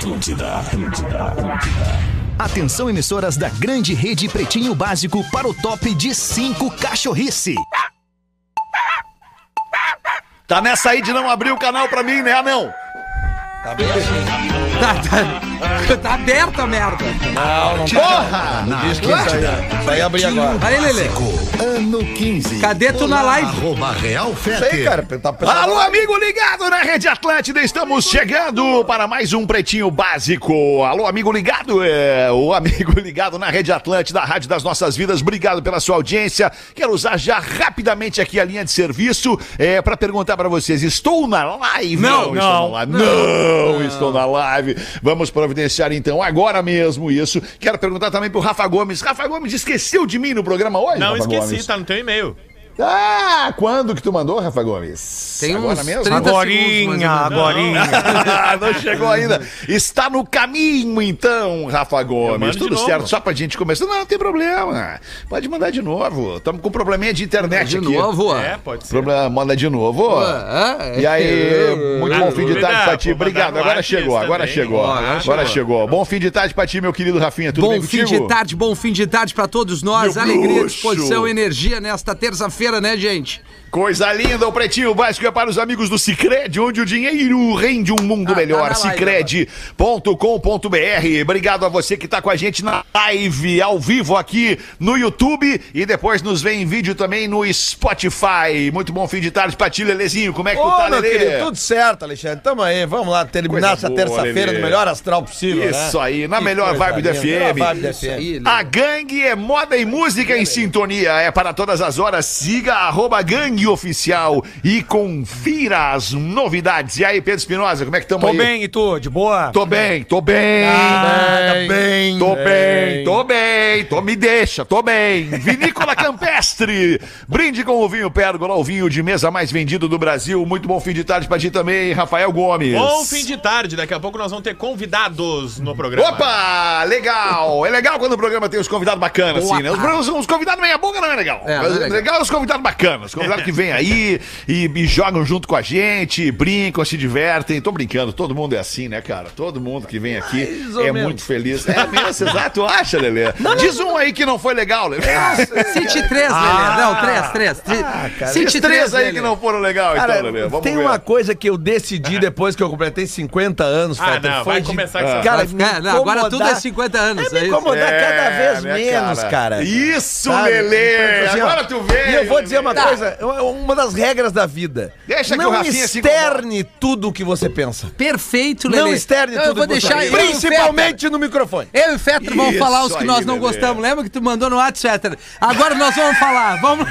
Atlântida. Atenção, emissoras da grande rede Pretinho Básico para o top de 5 cachorrice. Tá nessa aí de não abrir o canal pra mim, né, não? Tá aberta a merda. Não porra! Isso aí abri agora. Aí, Lelê. Ano 15. Cadê tu na live? Real Isso aí, cara. Alô, amigo ligado na Rede Atlântida, estamos chegando para mais um Pretinho Básico. Alô, amigo ligado, o amigo ligado na Rede Atlântida, a rádio das nossas vidas. Obrigado pela sua audiência. Quero usar já rapidamente aqui a linha de serviço para perguntar para vocês, estou na live? Não. Não estou na live. Vamos providenciar então agora mesmo isso. Quero perguntar também pro Rafa Gomes. Rafa Gomes, esqueceu de mim no programa hoje? Não, Rafa esqueci, Gomes? tá no teu e-mail. Ah, quando que tu mandou, Rafa Gomes? Tem agora uns mesmo? 30 segundos, Agorinha. Não chegou ainda. Está no caminho, então, Rafa Gomes. Tudo certo, só pra gente começar. Não tem problema. Pode mandar de novo. Estamos com um probleminha de internet De aqui. novo, Pode ser. Manda de novo. E aí, muito bom fim de tarde pra ti. Obrigado. Agora chegou. Bom fim de tarde pra ti, meu querido Rafinha. Tudo bem contigo? Bom fim de tarde pra todos nós. Meu Alegria, bruxo. disposição, energia nesta terça-feira, né, gente? Coisa linda, o Pretinho Básico é para os amigos do Sicredi, onde o dinheiro rende um mundo melhor. Sicredi.com.br. Obrigado a você que está com a gente na live, ao vivo aqui no YouTube e depois nos vê em vídeo também no Spotify. Muito bom fim de tarde pra ti, Lelezinho. Como é que tu tá, meu Lelê? querido, tudo certo, Alexandre. Tamo aí, vamos lá terminar Coisa essa boa, terça-feira Lelê. do melhor astral possível, Isso né? aí, na Que melhor coisa vibe do linda, melhor vibe do FM. FM. A Gangue é moda e música em sintonia. É para todas as horas. Siga @Gangue Oficial e confira as novidades. E aí, Pedro Espinosa, como é que estamos aí? Tô bem, e tu? De boa? Tô bem. Me deixa, tô bem. Vinícola Campestre. Brinde com o vinho Pérgola, o vinho de mesa mais vendido do Brasil. Muito bom fim de tarde pra ti também, Rafael Gomes. Bom fim de tarde, daqui a pouco nós vamos ter convidados no programa. Opa, legal. É legal quando o programa tem os convidados bacanas, assim, né? Os convidados meia boca não é legal. É, não é legal. Legal os convidados bacanas. Os convidados que vêm aí e jogam junto com a gente, brincam, se divertem. Tô brincando, todo mundo é assim, né, cara? Todo mundo que vem aqui é muito feliz. É mesmo, exato, acha, Lelê? Diz um aí que não foi legal, Lelê. Cite 3, Lelê. Não, 3. Cite três aí que não foram legal, Cara, então, Lelê. Vamos tem ver. uma coisa que eu decidi depois que eu completei 50 anos, Fetter, não, foi vai de- começar com essa Cara, Não, agora tudo é 50 anos. me incomodar cada vez né, menos, cara. Isso, Sabe? Lelê. Então, assim, ó, Agora tu vê. E eu vou dizer uma Tá. coisa, uma das regras da vida. Deixa que não o Rafinha se externe tudo o que você pensa. Perfeito, Lelê. Não externe Eu tudo vou o que você deixar pensa. eu e o Principalmente no microfone. Eu e o Fetter vamos Isso falar os que aí, nós não Lelê. gostamos. Lembra que tu mandou no WhatsApp, Fetter? Agora nós vamos falar. Vamos.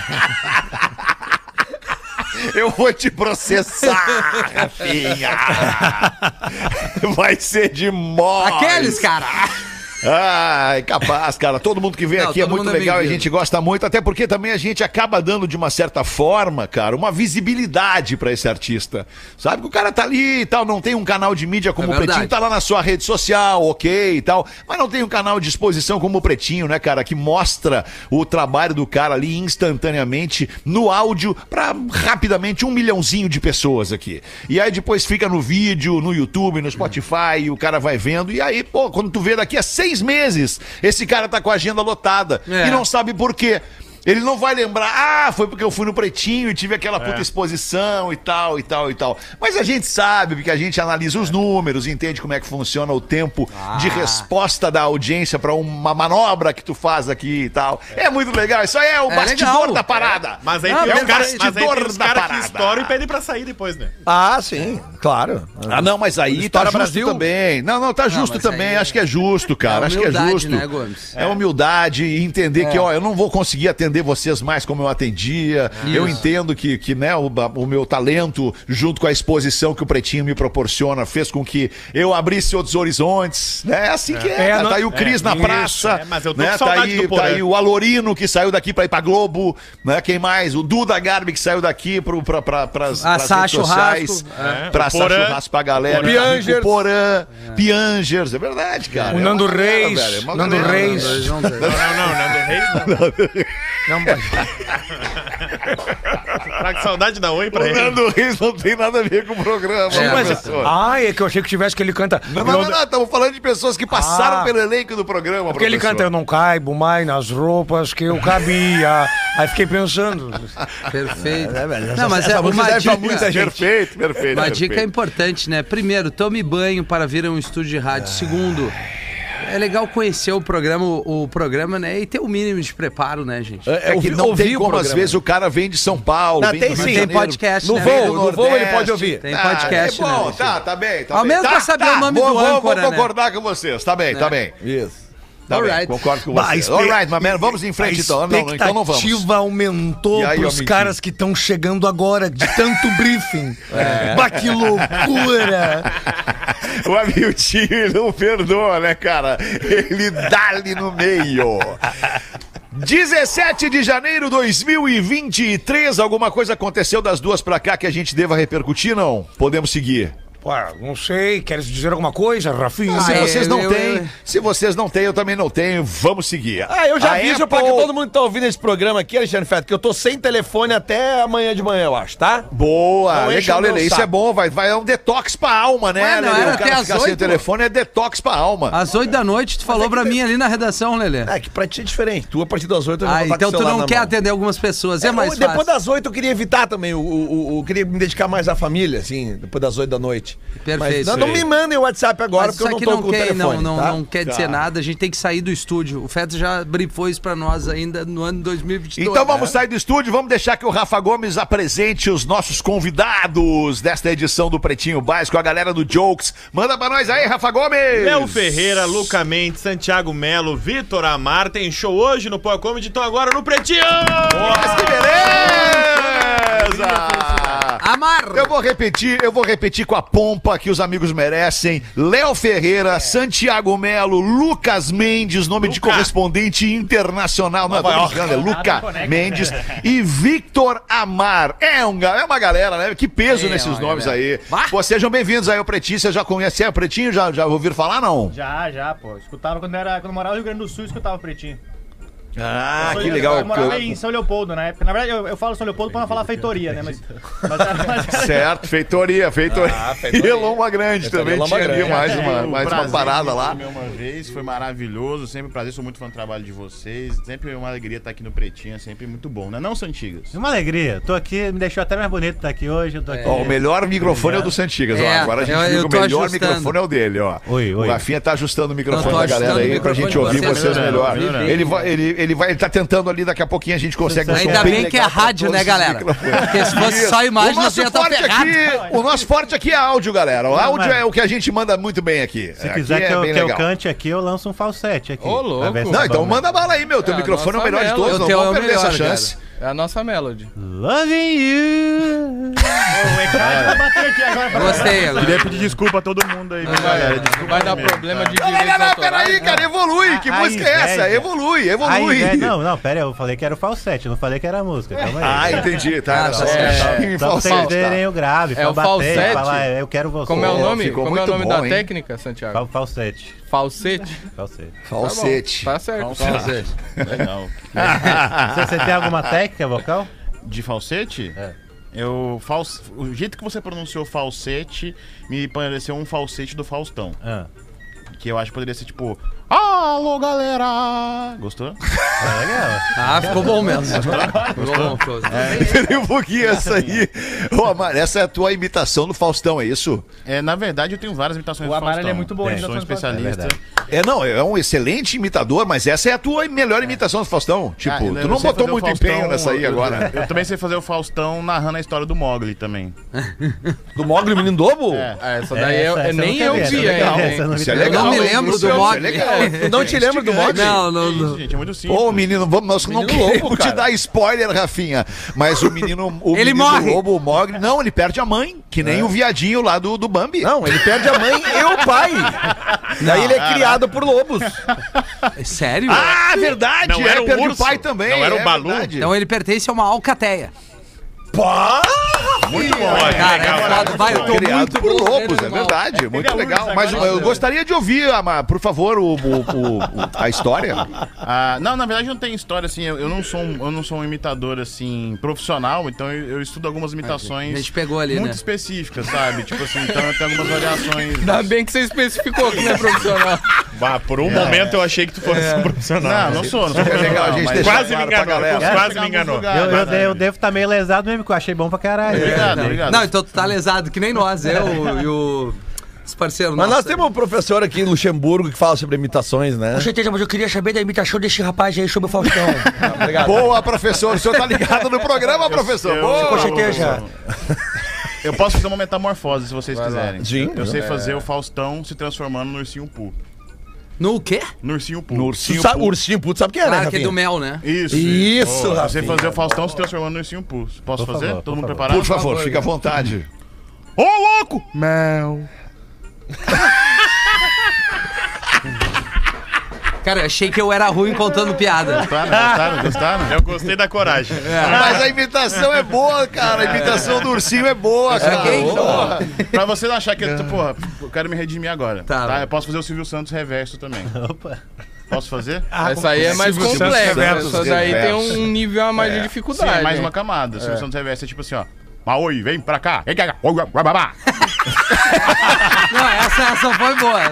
Eu vou te processar, Rafinha. Vai ser demais. Aqueles, cara. Ai, capaz, cara. Todo mundo que vem Não, aqui é todo muito mundo é legal e a bem-vindo. gente gosta muito, até porque também a gente acaba dando, de uma certa forma, cara, uma visibilidade pra esse artista. Sabe que o cara tá ali e tal, não tem um canal de mídia como É o Pretinho, verdade. tá lá na sua rede social, ok e tal, mas não tem um canal de exposição como o Pretinho, né, cara, que mostra o trabalho do cara ali instantaneamente no áudio pra rapidamente 1 milhãozinho de pessoas aqui. E aí depois fica no vídeo, no YouTube, no Spotify, e o cara vai vendo, e aí, pô, quando tu vê daqui a 6 meses, esse cara tá com a agenda lotada e não sabe por quê. Ele não vai lembrar, foi porque eu fui no Pretinho e tive aquela puta exposição e tal, e tal, e tal. Mas a gente sabe, porque a gente analisa os números, entende como é que funciona o tempo de resposta da audiência pra uma manobra que tu faz aqui e tal. É muito legal, isso aí é o bastidor legal. da parada. Mas aí Ah, tem é os o caras bastidor os da cara que parada. estouram e pedem pra sair depois, né? Ah, sim, claro. Ah, não, mas aí tá História justo Brasil. também. Não, tá justo mas também. aí Acho que é justo, cara. É Acho que é humildade, justo. né, Gomes? É humildade e entender que, ó, eu não vou conseguir atender vocês mais como eu atendia. Eu entendo que né, o meu talento, junto com a exposição que o Pretinho me proporciona, fez com que eu abrisse outros horizontes. Né? É assim que cara. Tá aí o Cris na praça. Mas eu tô né? com saudade do Porã. Tá aí o Alorino, que saiu daqui pra ir pra Globo. Né? Quem mais? O Duda Garbi, que saiu daqui pras Assar redes sociais. churrasco. Pra O assar Porã. churrasco pra galera. Piangers. O Porã. Piangers. É verdade, cara. O É Nando uma galera, Reis. velho, é uma Nando galera. Reis. Não, Nando Reis não. Não, mas... Tá com saudade da Oi pra O ele. Nando Reis não tem nada a ver com o programa, professor. é que eu achei que tivesse que ele canta... Não, estamos falando de pessoas que passaram pelo elenco do programa, Porque ele canta, eu não caibo mais nas roupas que eu cabia. Aí fiquei pensando... Perfeito. Não, mas é uma dica... muita gente. Perfeito. Uma dica importante, né? Primeiro, tome banho para vir a um estúdio de rádio. Segundo, é legal conhecer o programa, né? E ter o mínimo de preparo, né, gente? É que não tem como, às vezes, o cara vem de São Paulo, Não, vem tem do Rio sim. de Tem Janeiro. podcast, No né? voo ele pode ouvir. Tem podcast, é bom, né? tá bem. Ao menos pra saber o nome do âncora, Vou né? concordar com vocês, tá bem. Isso. Tá bem, Alright. concordo com vocês. Alright, mas vamos em frente então. Não, então não vamos. A expectativa aumentou E aí, pros Almentinho? caras que estão chegando agora, de tanto briefing. Bah, que loucura! O Hamilton não perdoa, né, cara? Ele dá-lhe no meio. 17 de janeiro de 2023, alguma coisa aconteceu das duas pra cá que a gente deva repercutir, não? Podemos seguir. Pô, não sei, queres dizer alguma coisa, Rafinha? Se vocês não eu- têm, se vocês não têm, eu também não tenho. Vamos seguir. Eu já A aviso Apple- pra que todo mundo que tá ouvindo esse programa aqui, Alexandre Feto, que eu tô sem telefone até amanhã de manhã, eu acho, tá? Boa, Não enche legal, o meu Lelê. Isso saco. é bom, vai um detox pra alma, né, Ué, não Lelê? era O até cara às ficar sem 8? telefone é detox pra alma. Às 8 da noite, tu falou pra mim ali na redação, Lelê. É que pra ti é diferente. Tu, a partir das 8, eu já Ah, vou estar então com o tu celular não na quer mão. atender algumas pessoas, é mais Depois fácil. das 8 eu queria evitar também, eu queria me dedicar mais à família, assim, depois das 8 da noite. Perfeito. Mas não me mandem o WhatsApp agora, Mas porque eu isso não aqui tô não com o quer, telefone, não, tá? não quer dizer nada, a gente tem que sair do estúdio. O Feto já brifou isso pra nós ainda no ano 2022. Então vamos sair do estúdio, vamos deixar que o Rafa Gomes apresente os nossos convidados desta edição do Pretinho Básico, a galera do Jokes. Manda pra nós aí, Rafa Gomes! Léo Ferreira, Luca Mendes, Santiago Melo, Vitor Amar. Tem show hoje no Poa Comedy, então agora no Pretinho! Mas que beleza! Amar! Eu vou repetir com a pompa que os amigos merecem. Léo Ferreira, Santiago Melo, Lucas Mendes, nome de correspondente internacional. Não, tô brincando, é Luca Mendes e Victor Amar. É uma galera, né? Que peso nesses uma nomes galera. aí. Bah! Pô, sejam bem-vindos aí ao Pretinho. Você já conhece o Pretinho? Já ouviram falar, não? Já, pô. Escutava quando eu morava no Rio Grande do Sul, escutava Pretinho. Ah, Eu que legal. Eu morava em São Leopoldo, na época. Na verdade, eu falo São Leopoldo pra não falar feitoria, né? Mas Certo, feitoria. E Loma Grande também Loma tinha ali Grande. mais É, uma Prazer parada de lá. comer uma vez, foi maravilhoso, sempre um prazer, sou muito fã do trabalho de vocês, sempre uma alegria estar aqui no Pretinho, é sempre muito bom, né? Não, Santigas? uma alegria. Tô aqui, me deixou até mais bonito estar aqui hoje. Eu tô aqui. Ó, o melhor microfone é o do Santigas, ó. É, Agora a gente eu viu que o tô melhor ajustando. microfone é o dele, ó. Oi. O Rafinha tá ajustando o microfone Eu tô da galera ajustando aí o pra gente microfone ouvir de vocês, vocês né? melhor. Viu? Ele tá tentando ali, daqui a pouquinho a gente consegue um som Ainda bem que é legal pra rádio, todos né, os galera? microfones. Porque se fosse só imagem, o nós nosso ia estar forte ferrado. aqui, o nosso forte aqui é áudio, galera. O áudio mas- é o que a gente manda muito bem aqui. Se quiser aqui que, eu, bem que eu legal. cante aqui, eu lanço um falsete aqui. Ô, louco. Pra ver se Não, tá então bom, né? manda bala aí, meu. Teu É, microfone é o nossa melhor de Melody. todos, O não teu vamos é o perder essa melhor, chance. É a nossa Melody. Loving you. O Eclade vai bater aqui agora. Gostei, agora. Queria pedir desculpa a todo mundo aí, viu, galera? Não Desculpa vai dar mesmo, problema tá? de direitos Não, autorais. peraí, cara, evolui. Que A música é essa? inveja. Evolui. Não, pera aí, eu falei que era o falsete, eu não falei que era a música. Calma aí. Ah, entendi, tá. Ah, tá Em Só pra vocês falsete, tá. verem o grave, É o pra bater, falsete? falar, eu quero você. Como é o nome? ficou Como é o muito nome bom, da hein? técnica, Santiago? Falsete. Falsete? Falsete. Falsete. Tá certo. Falsete. Legal. Você tem alguma técnica vocal? De falsete? É. O jeito que você pronunciou falsete me pareceu um falsete do Faustão. Ah, Que eu acho que poderia ser tipo... Alô, galera! Gostou? é legal. Ah, ficou bom mesmo. Ficou bom, ficou. Peraí um pouquinho, essa aí. Ô, Amar, essa é a tua imitação do Faustão, é isso? Na verdade, eu tenho várias imitações O do Amaro, Faustão. ele é muito bom em Eu sou um imitações do Faustão, especialista. Não, é um excelente imitador, mas essa é a tua melhor imitação do Faustão. Tipo, Ah, eu tu não sei botou fazer o muito Faustão, empenho nessa aí agora. Eu também sei fazer o Faustão narrando a história do Mogli também. Do Mogli, o menino Lobo? É. Ah, essa daí nem nunca eu vi, vi essa ainda, nunca vi, hein? essa Isso é vi. legal. não me hein? lembro Isso do é Mogli. legal. Tu não te lembra do Mogli? Não, não, Isso, não. gente, é muito simples. Ô, menino, nós não Menino queremos Lobo, te cara. dar spoiler, Rafinha. Mas o menino, Ele menino morre. Lobo, o Mogli, não, ele perde a mãe, que nem o viadinho lá do Bambi. Não, ele perde a mãe e o pai. Daí ele é criado por lobos. Sério? Ah, verdade! Não era o perde urso. o pai também. Não era o Balu. verdade. Então ele pertence a uma alcateia. Pá! Muito bom. Cara, é foda. Vai, eu tô Criado muito por bom, lobos, né, é verdade. Muito legal. Mas agora, eu gostaria de ouvir, por favor, a história. Não, na verdade não tem história assim. Eu não sou um imitador assim profissional, então eu estudo algumas imitações A gente pegou ali, muito né? específicas, sabe? Tipo assim, então eu tenho algumas variações. Ainda bem que você especificou que não é profissional. Por um momento eu achei que tu fosse um profissional. Não sou. É legal a gente mas- deixar Quase me claro pra enganou. galera. Quase me enganou. Eu devo estar meio lesado mesmo, que eu achei bom pra caralho. Obrigado. Não, então tu tá lesado, que nem nós, eu e os parceiros Mas nós nossos. temos um professor aqui em Luxemburgo que fala sobre imitações, né? Com certeza, mas eu queria saber da imitação desse rapaz aí sobre o Faustão. Obrigado. Boa, professor. O senhor tá ligado no programa, professor? Boa. Com certeza. Eu posso fazer uma metamorfose se vocês quiserem. Sim. Eu sei fazer o Faustão se transformando no Ursinho Poo. No quê? No Ursinho Poo. No Tu ursinho. sabe, ursinho puto, sabe quem é, né, Claro que é Rafinha? do mel, né? Isso. Isso, Eu sei Rafinha. fazer o Faustão se transformando no Ursinho Poo. Posso fazer? favor, Todo mundo por preparado? Por favor, fica à vontade. Ô, louco! Cara, eu achei que eu era ruim contando piada. Gostaram? Eu gostei da coragem. Mas a imitação é boa, cara. A imitação do ursinho é boa, cara. Porra. Pra você não achar que porra, eu quero me redimir agora. Tá. Tá? Eu posso fazer o Silvio Santos reverso também. Opa. Posso fazer? Essa aí é mais Silvio Santos complexa. reversos, Essa daí tem reversos. um nível a mais de Sim, dificuldade. é mais uma camada. O Silvio Santos reverso é tipo assim, ó. Maoi, vem pra cá. Vem cá. Bababá. Não, essa foi boa.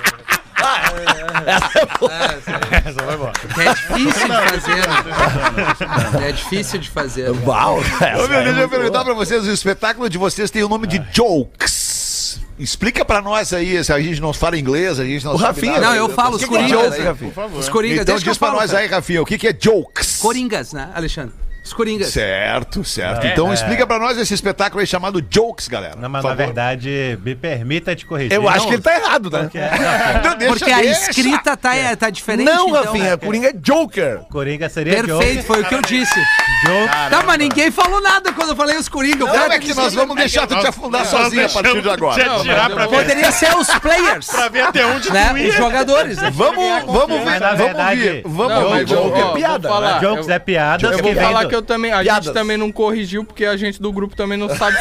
Essa foi boa. É difícil de fazer, né? É difícil de fazer. Uau, Ô, meu, deixa eu perguntar pra vocês, o espetáculo de vocês tem o nome de Jokes. Explica pra nós aí, se a gente não fala inglês, a gente não O sabe Rafinha, nada. Não, eu falo os que é coringas. joke, Rafinha? Por favor. Os coringas, Então deixa que eu diz pra falo, nós cara. aí, Rafinha, o que é Jokes? Coringas, né, Alexandre? Os coringas. Certo. Então explica pra nós esse espetáculo aí chamado Jokes, galera. Não, mas por na favor. verdade, me permita te corrigir. Eu acho que ele tá errado, né? Não, deixa, Porque a deixa. escrita tá diferente. Não, então, Rafinha, né? Coringa é Joker. Coringa seria Perfeito, foi o que eu disse. Joke. Tá, mas ninguém falou nada quando eu falei os coringas. O Não, cara é que nós vamos deixar tu te afundar sozinho a partir de agora. Te atirar pra ver, Poderia ser os players, pra ver até onde né? tu Os ia. jogadores. né? Vamos ver, Mas, na verdade, vamos Não, ouvir. mas Joker é vou piada, falar, Jokes é piadas eu que vou vem falar do- que eu também, a Piadas. gente também não corrigiu, porque a gente do grupo também não sabe.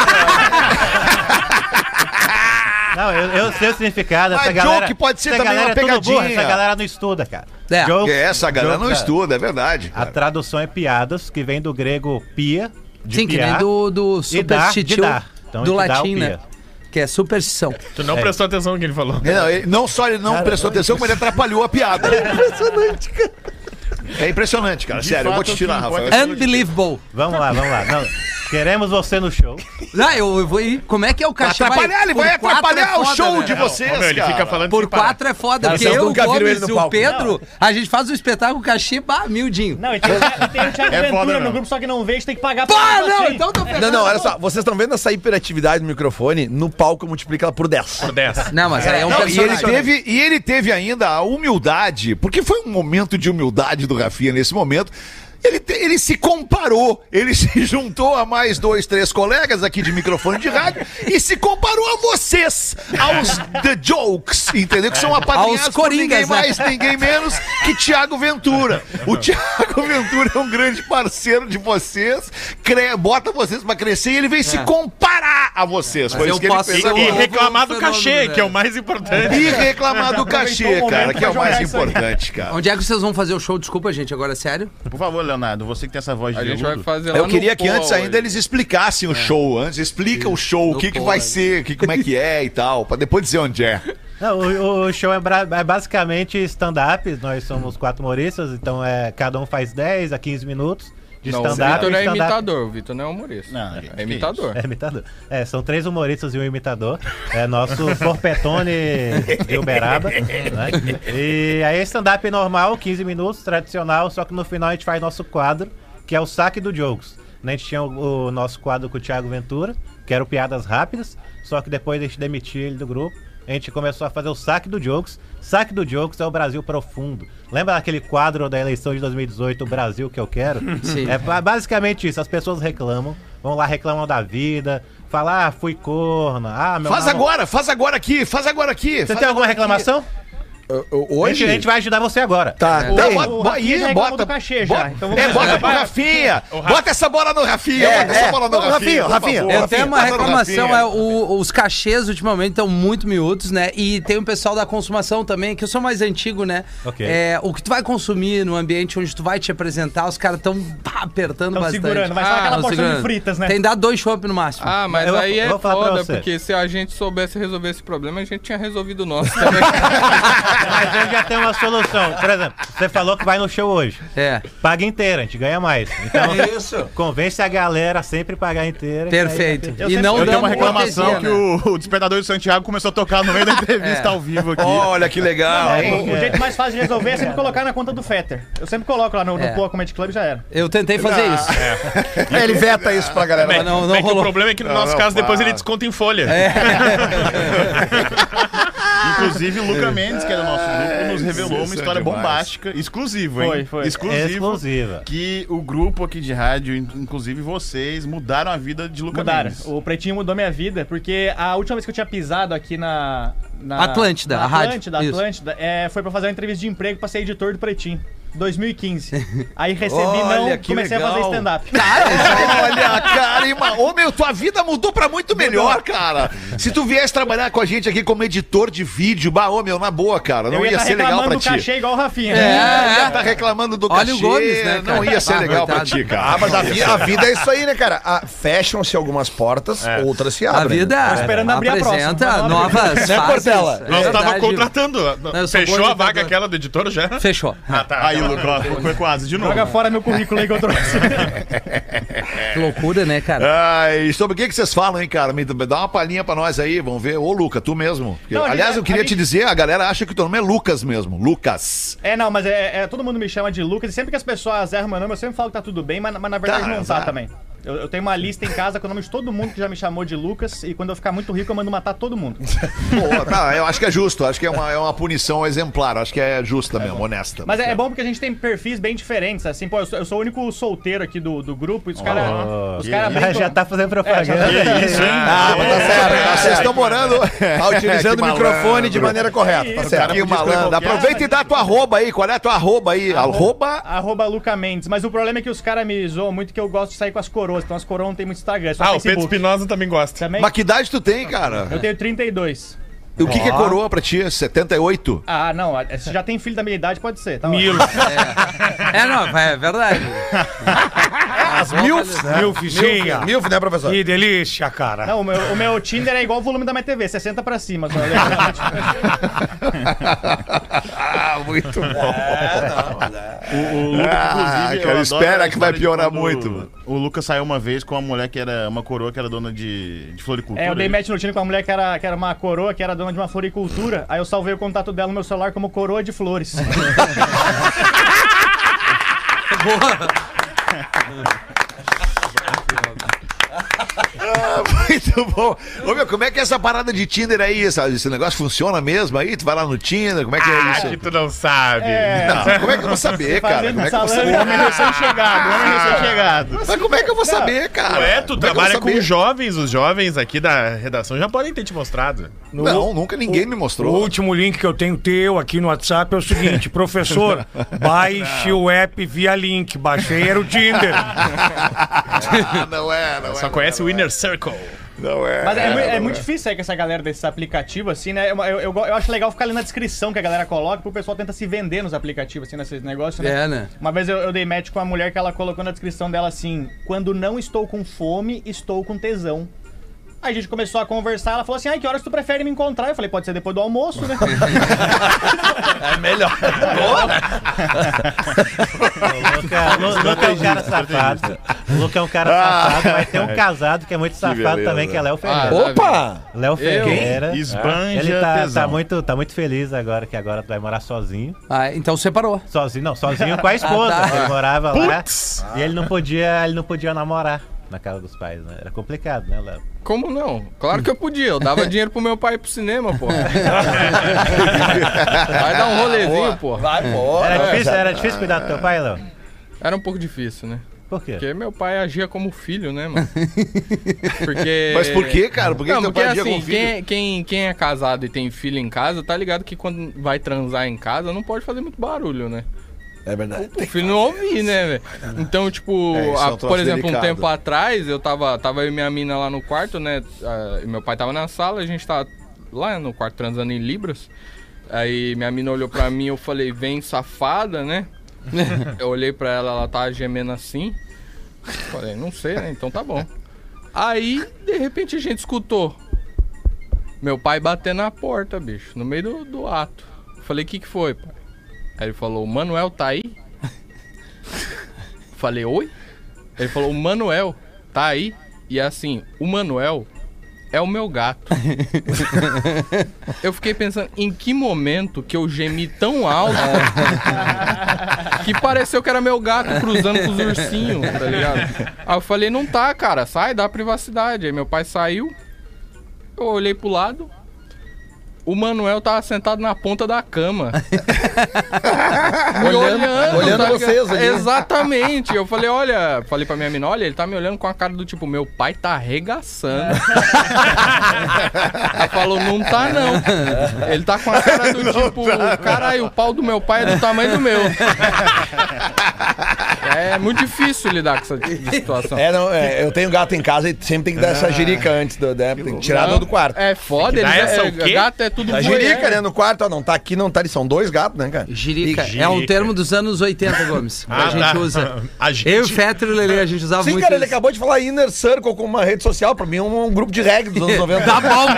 Não, eu sei o significado. Mas Essa galera, joke pode ser essa também galera uma é tudo burra, pegadinha. essa galera não estuda, cara. É. Jokes- Essa galera não jokes, estuda, é verdade. A cara. tradução é piadas, que vem do grego pia, de Sim, que nem piar, do e dar, de superstitio dar. Então, do de dar latim, o né? pia. Que é superstição. Tu não prestou atenção no que ele falou. Não só ele não prestou atenção, como ele atrapalhou a piada. É impressionante, cara. É impressionante, cara. Sério, eu vou te tirar, Rafael. Unbelievable. Vamos lá. Não, queremos você no show. Não, eu vou ir. Como é que é o Vai cachê? atrapalhar, ele vai por quatro atrapalhar é o foda, show né? de vocês, Ô, meu, ele cara. fica falando Por sem parar. 4 é foda, Cara, porque vocês eu, o nunca viram Gomes ele no e o palco. Pedro, a gente faz o espetáculo cachê, mildinho. Não, e tem o Thiago É foda, Ventura não. no grupo, só que não vê, a gente tem que pagar pra Pá, ver não, você. então tô ferrado. Não, olha só, vocês estão vendo essa hiperatividade do microfone? No palco eu multiplico ela por 10. Por 10. Não, mas aí é um Não, personagem. e ele teve ainda a humildade, porque foi um momento de humildade do Rafinha nesse momento. Ele se comparou, ele se juntou a mais 2, 3 colegas aqui de microfone de rádio e se comparou a vocês, aos The Jokes, entendeu? Que são apadrinhados Aos por ninguém coringas, né? mais, ninguém menos que Thiago Ventura. O Thiago Ventura é um grande parceiro de vocês, bota vocês pra crescer e ele vem se comparar a vocês. Mas Foi eu isso que ele posso fez ser agora. E novo reclamar do fenômeno, cachê, né? que é o mais importante. E reclamar do cachê, cara, que é o mais importante, cara. Onde é que vocês vão fazer o show? Desculpa, gente, agora é sério. Por favor, Leonardo, você que tem essa voz de A gente vai veludo. fazer lá Eu no queria que Poa antes ainda hoje. eles explicassem o show. Antes explica o show, o que Poa, vai né? ser, como é que é e tal, pra depois dizer onde é. Não, o show é basicamente stand-up. Nós somos 4 humoristas, então cada um faz 10 a 15 minutos de Não, o stand-up. Vitor é stand-up- imitador, o Vitor não é humorista. Não, gente, é imitador. É imitador. São 3 humoristas e um imitador. É nosso Porpetone de Uberaba. Né? E aí stand-up normal, 15 minutos, tradicional, só que no final a gente faz nosso quadro, que é o Saque do Jokes. A gente tinha o nosso quadro com o Thiago Ventura, que era o Piadas Rápidas, só que depois a gente demitiu ele do grupo. A gente começou a fazer o Saque do Jokes. Saque do Jokes é o Brasil profundo. Lembra daquele quadro da eleição de 2018, o Brasil que eu quero? Sim. É basicamente isso. As pessoas reclamam, vão lá, reclamam da vida, falam, fui corno, meu Faz namorado- agora aqui, faz agora aqui. Você tem alguma reclamação? Hoje? A gente vai ajudar você agora. Tá, Não, tem. bota do cachê já. Então vamos bota pro Rafinha. Bota essa bola no Rafinha. Bota essa bola no Rafinha. por Rafinha. favor. Eu tenho uma Bota no reclamação, Rafinha. os cachês ultimamente estão muito miúdos, né? E tem o pessoal da consumação também, que eu sou mais antigo, né? Ok. O que tu vai consumir no ambiente onde tu vai te apresentar, os caras estão apertando Tão bastante. segurando, vai ser aquela tão porção de segurando. fritas, né? Tem que dar 2 chopp no máximo. Ah, mas Eu aí vou é falar pra foda, você. porque se a gente soubesse resolver esse problema, a gente tinha resolvido o nosso também. Mas eu já tenho uma solução. Por exemplo, você falou que vai no show hoje. É. Paga inteira, a gente ganha mais. Então, convence a galera a sempre pagar inteira. Perfeito. Eu E sempre- não Eu tenho uma dando reclamação cortesia, que né? o Despertador de Santiago começou a tocar no meio da entrevista ao vivo aqui. Olha que legal, hein? O jeito mais fácil de resolver é sempre colocar na conta do Fetter. Eu sempre coloco lá no Poa Comedy Club e já era. Eu tentei fazer isso. Ele veta isso pra galera. Mas não É que o rolou. problema é que no nosso caso, depois ele desconta em folha. Inclusive, o Luca Mendes, que é do nosso grupo, nos revelou uma história demais. bombástica. Exclusivo, hein? Foi. Exclusiva. Que o grupo aqui de rádio, inclusive vocês, mudaram a vida de Luca Mudaram. Mendes. O Pretinho mudou minha vida, porque a última vez que eu tinha pisado aqui na Atlântida, na a rádio. Atlântida, foi pra fazer uma entrevista de emprego pra ser editor do Pretinho. 2015. Aí recebi Olha, não, que comecei legal. a fazer stand-up. Olha, cara, ô meu, tua vida mudou pra muito melhor, cara. Se tu viesse trabalhar com a gente aqui como editor de vídeo, ô meu, na boa, cara, não Eu ia tá ser legal reclamando pra do ti. cachê igual o Rafinha. Ia tá reclamando do Olha cachê, o Gomes, né, cara? não ia ser Ah, legal pra coitado. ti, cara. Mas a vida é isso aí, né, cara? Fecham-se algumas portas, outras se A abrem. vida esperando abrir a apresenta próxima. novas Né, fases. Portela? É Nós tava verdade. contratando. eu sou Fechou a coordenador. vaga aquela do editor já? Fechou. Aí, Luca, foi quase de novo. Joga fora meu currículo aí que eu trouxe. Que loucura, né, cara? Ai, sobre o que vocês falam, hein, cara? Me dá uma palhinha pra nós aí, vamos ver. Ô, Luca, tu mesmo. Porque, Não, aliás, eu queria a te gente- dizer, a galera acha que o teu nome é Lucas mesmo. Lucas. Não, mas todo mundo me chama de Lucas e sempre que as pessoas erram meu nome, eu sempre falo que tá tudo bem, mas na verdade Tá, não tá azar. também. Eu tenho uma lista em casa com o nome de todo mundo que já me chamou de Lucas e quando eu ficar muito rico eu mando matar todo mundo. Pô, tá, eu acho que é justo. Acho que é uma punição exemplar. Acho que é justa mesmo, honesta. Mas é bom porque a gente tem perfis bem diferentes, assim, pô, eu sou o único solteiro aqui do grupo e os caras brincam. Já tá fazendo propaganda. Isso, hein? Mas tá certo. Vocês estão morando. Tá utilizando o microfone de maneira correta, tá certo. Que malandro. Aproveita e dá a tua arroba aí. Qual é a tua arroba aí? Arroba Luca Mendes. Mas o problema é que os caras me zoam muito que eu gosto de sair com as coroas. Então as coroas não tem muito Instagram, é só Ah, o Pedro Facebook. Espinosa também gosta. Também? Mas que idade tu tem, cara? Eu tenho 32. E o que é coroa pra ti? 78? Ah, não. Se já tem filho da minha idade, pode ser. Tá Não, é verdade. As milfs, né? Milfzinha. Milf, né, professor? Que delícia, cara. Não, o meu Tinder é igual o volume da minha TV, 60 pra cima. Só, Muito bom. O Luca, inclusive, cara, eu espera adoro a que vai história de piorar quando muito, mano. O Lucas saiu uma vez com uma mulher que era uma coroa que era dona de floricultura. eu dei match no Tinder com uma mulher que era uma coroa, que era dona de uma floricultura. Aí eu salvei o contato dela no meu celular como coroa de flores. Muito bom. Ô, meu, como é que é essa parada de Tinder aí? Esse negócio funciona mesmo aí? Tu vai lá no Tinder? Como é que é isso? Que tu não sabe. Não, como é que eu vou saber, cara? Como é que eu vou saber? Homem recém-chegado. Mas como é que eu vou saber, cara? Ué, tu Como é que eu trabalha vou com saber? jovens, os jovens aqui da redação já podem ter te mostrado. Não, nunca ninguém me O mostrou. último link que eu tenho teu aqui no WhatsApp é o seguinte: professor, baixe o app via link. Baixei, era o Tinder. Não é, não é. Só conhece o Inner Circle. Não é. Mas é muito difícil sair com essa galera desses aplicativos, assim, né? Eu acho legal ficar ali na descrição que a galera coloca, porque o pessoal tenta se vender nos aplicativos, assim, nesses negócios, né? É, né? Uma vez eu dei match com uma mulher que ela colocou na descrição dela assim: quando não estou com fome, estou com tesão. Aí a gente começou a conversar, ela falou assim: ai, que horas tu prefere me encontrar? Eu falei: pode ser depois do almoço, né? É melhor. O Luca é um cara safado. O Luca é um cara safado, mas tem um casado que é muito safado beleza. também, que é Léo Ferreira. Opa! Léo Ferreira. Esbanja Ele tesão. tá muito feliz agora, que agora tu vai morar sozinho. Ah, então separou. Sozinho com a esposa. Ah, tá. Ele morava lá e ele não podia namorar na casa dos pais, né? Era complicado, né, Léo? Como não? Claro que eu podia. Eu dava dinheiro pro meu pai ir pro cinema, pô. Vai dar um rolezinho, pô. Vai embora. Era difícil cuidar do teu pai, Léo? Era um pouco difícil, né? Por quê? Porque meu pai agia como filho, né, mano? Porque... Mas por quê, cara? Por que não, teu porque pai agia assim, como filho? quem é casado e tem filho em casa, tá ligado que quando vai transar em casa não pode fazer muito barulho, né? É verdade. O filho não ouvir, né, velho? Então, tipo, isso é um troço por exemplo, delicado. um tempo atrás, eu tava eu e minha mina lá no quarto, né? E meu pai tava na sala, a gente tava lá no quarto transando em Libras. Aí minha mina olhou pra mim, eu falei, vem safada, né? Eu olhei pra ela tava gemendo assim. Falei, não sei, né? Então tá bom. Aí, de repente, a gente escutou meu pai batendo na porta, bicho, no meio do ato. Falei, o que foi, pai? Aí ele falou, o Manuel tá aí? Falei, oi? Ele falou, o Manuel tá aí? E assim, o Manuel é o meu gato. Eu fiquei pensando, em que momento que eu gemi tão alto que pareceu que era meu gato cruzando com os ursinhos, tá ligado? Aí eu falei, não tá, cara, sai, dá privacidade. Aí meu pai saiu, eu olhei pro lado, o Manuel tava sentado na ponta da cama. Olhando tá vocês ali. Exatamente. Eu falei, falei pra minha mina, olha, ele tá me olhando com a cara do tipo, meu pai tá arregaçando. Ela falou, não tá não. Ele tá com a cara do tipo, caralho, o pau do meu pai é do tamanho do meu. É muito difícil lidar com essa situação. Eu tenho gato em casa e sempre tem que dar essa jirica antes, tem que tirar do quarto. É foda, gato é tudo A jirica, né? No quarto, ó, não tá aqui, não tá ali. São 2 gatos, né, cara? Jirica. É um termo dos anos 80, Gomes. Que a gente usa. Eu e o Fetter e o Lelê, a gente usava muito. Sim, cara, ele acabou de falar Inner Circle como uma rede social. Pra mim é um grupo de reggae dos anos 90. Tá bom.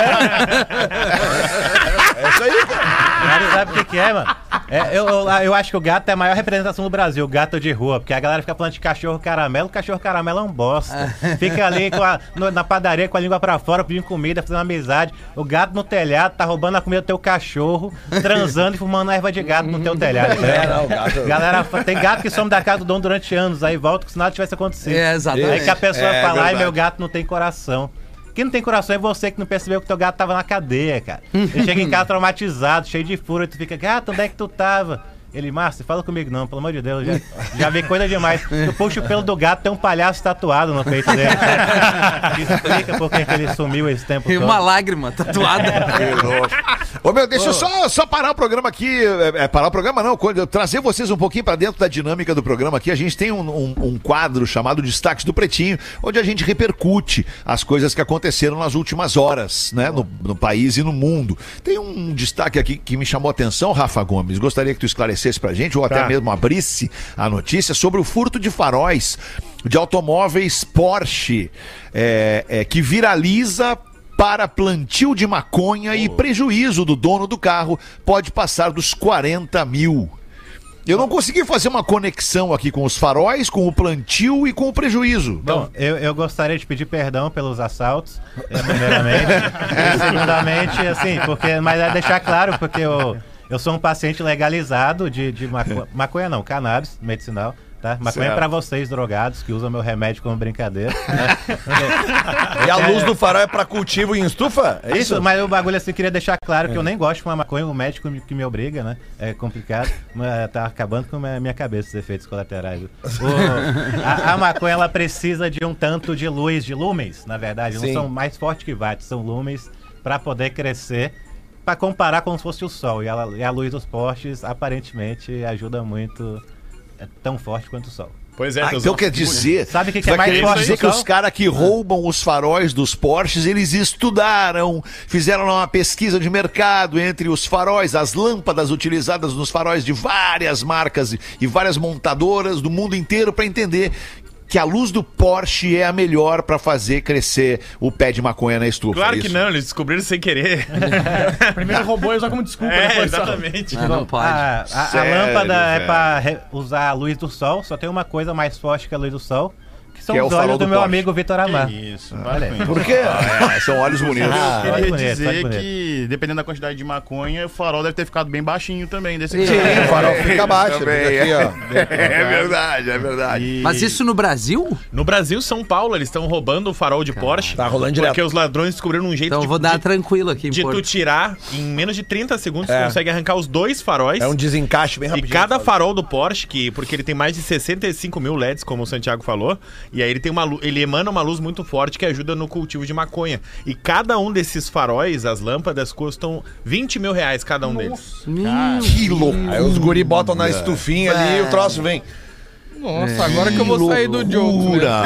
É isso aí, cara. Cara, sabe o que é, mano? Eu acho que o gato é a maior representação do Brasil, o gato de rua. Porque a galera fica falando de cachorro caramelo é um bosta. Fica ali na padaria com a língua pra fora, pedindo comida, fazendo amizade. O gato no telhado tá roubando a comida do teu cachorro, transando e fumando erva de gato no teu telhado. Não, gato. Galera, tem gato que some da casa do dono durante anos, aí volta como se nada tivesse acontecido. Exatamente. Aí que a pessoa fala, ai, verdade. meu gato não tem coração. Quem não tem coração é você que não percebeu que teu gato tava na cadeia, cara. Ele chega em casa traumatizado, cheio de fúria, tu fica, gato, onde é que tu tava? Ele, Márcio, fala comigo não, pelo amor de Deus, já vi coisa demais. Tu puxa o pelo do gato, tem um palhaço tatuado no peito dele. Explica por que ele sumiu esse tempo E todo. uma lágrima tatuada. Ô, meu, deixa eu só parar o programa aqui. Parar o programa não, trazer vocês um pouquinho pra dentro da dinâmica do programa aqui. A gente tem um quadro chamado Destaques do Pretinho, onde a gente repercute as coisas que aconteceram nas últimas horas, né, no país e no mundo. Tem um destaque aqui que me chamou a atenção, Rafa Gomes. Gostaria que tu esclarecesse pra gente, ou até mesmo abrisse a notícia sobre o furto de faróis de automóveis Porsche, que viraliza para plantio de maconha e prejuízo do dono do carro pode passar dos 40 mil. Eu não consegui fazer uma conexão aqui com os faróis, com o plantio e com o prejuízo. Bom, eu gostaria de pedir perdão pelos assaltos, primeiramente. E segundamente, assim, mas é deixar claro, porque eu sou um paciente legalizado de maconha não, cannabis medicinal. Tá? Maconha é pra vocês, drogados, que usam meu remédio como brincadeira. Né? E a luz do farol é pra cultivo em estufa? É isso? Mas o bagulho assim, queria deixar claro que eu nem gosto de fumar maconha, o médico que me obriga, né? É complicado, mas tá acabando com a minha cabeça os efeitos colaterais. A maconha, ela precisa de um tanto de luz, de lumens, na verdade. Não são mais fortes que watts, são lumens pra poder crescer, pra comparar como se fosse o sol. E a luz dos postes, aparentemente, ajuda muito... É tão forte quanto o sol. Pois é, então quer dizer, sabe o que é mais forte dizer que os caras que roubam os faróis dos Porsches, eles estudaram, fizeram uma pesquisa de mercado entre os faróis, as lâmpadas utilizadas nos faróis de várias marcas e várias montadoras do mundo inteiro para entender que a luz do Porsche é a melhor pra fazer crescer o pé de maconha na estufa. Claro que não, eles descobriram sem querer. Primeiro roubou e usou como desculpa. Exatamente. Não pode. A lâmpada é pra usar a luz do sol, só tem uma coisa mais forte que a luz do sol, que são Que é o os farol olhos do do meu Porsche. amigo Vitor Amar. Isso, Olha aí. Por quê? São olhos bonitos. Eu olha queria bonito, dizer olha bonito. que, dependendo da quantidade de maconha, o farol deve ter ficado bem baixinho também desse Sim, o farol fica baixo. Também, Fica aqui, ó. É verdade, é verdade. E- Mas isso no Brasil? No Brasil, São Paulo, eles estão roubando o farol de Porsche. Tá rolando direto. Porque os ladrões descobriram um jeito Então eu vou dar tranquilo aqui em de tu Porto. tirar em menos de 30 segundos, tu É. consegue arrancar os 2 faróis. É um desencaixe bem E rapidinho. cada farol do Porsche, porque ele tem mais de 65 mil LEDs, como o Santiago falou, e aí ele tem ele emana uma luz muito forte que ajuda no cultivo de maconha. E cada um desses faróis, as lâmpadas, custam 20 mil reais cada um deles. Que louco. Aí os guri botam na estufinha ali e o troço vem. Nossa, agora que eu vou sair do jogo. Loucura.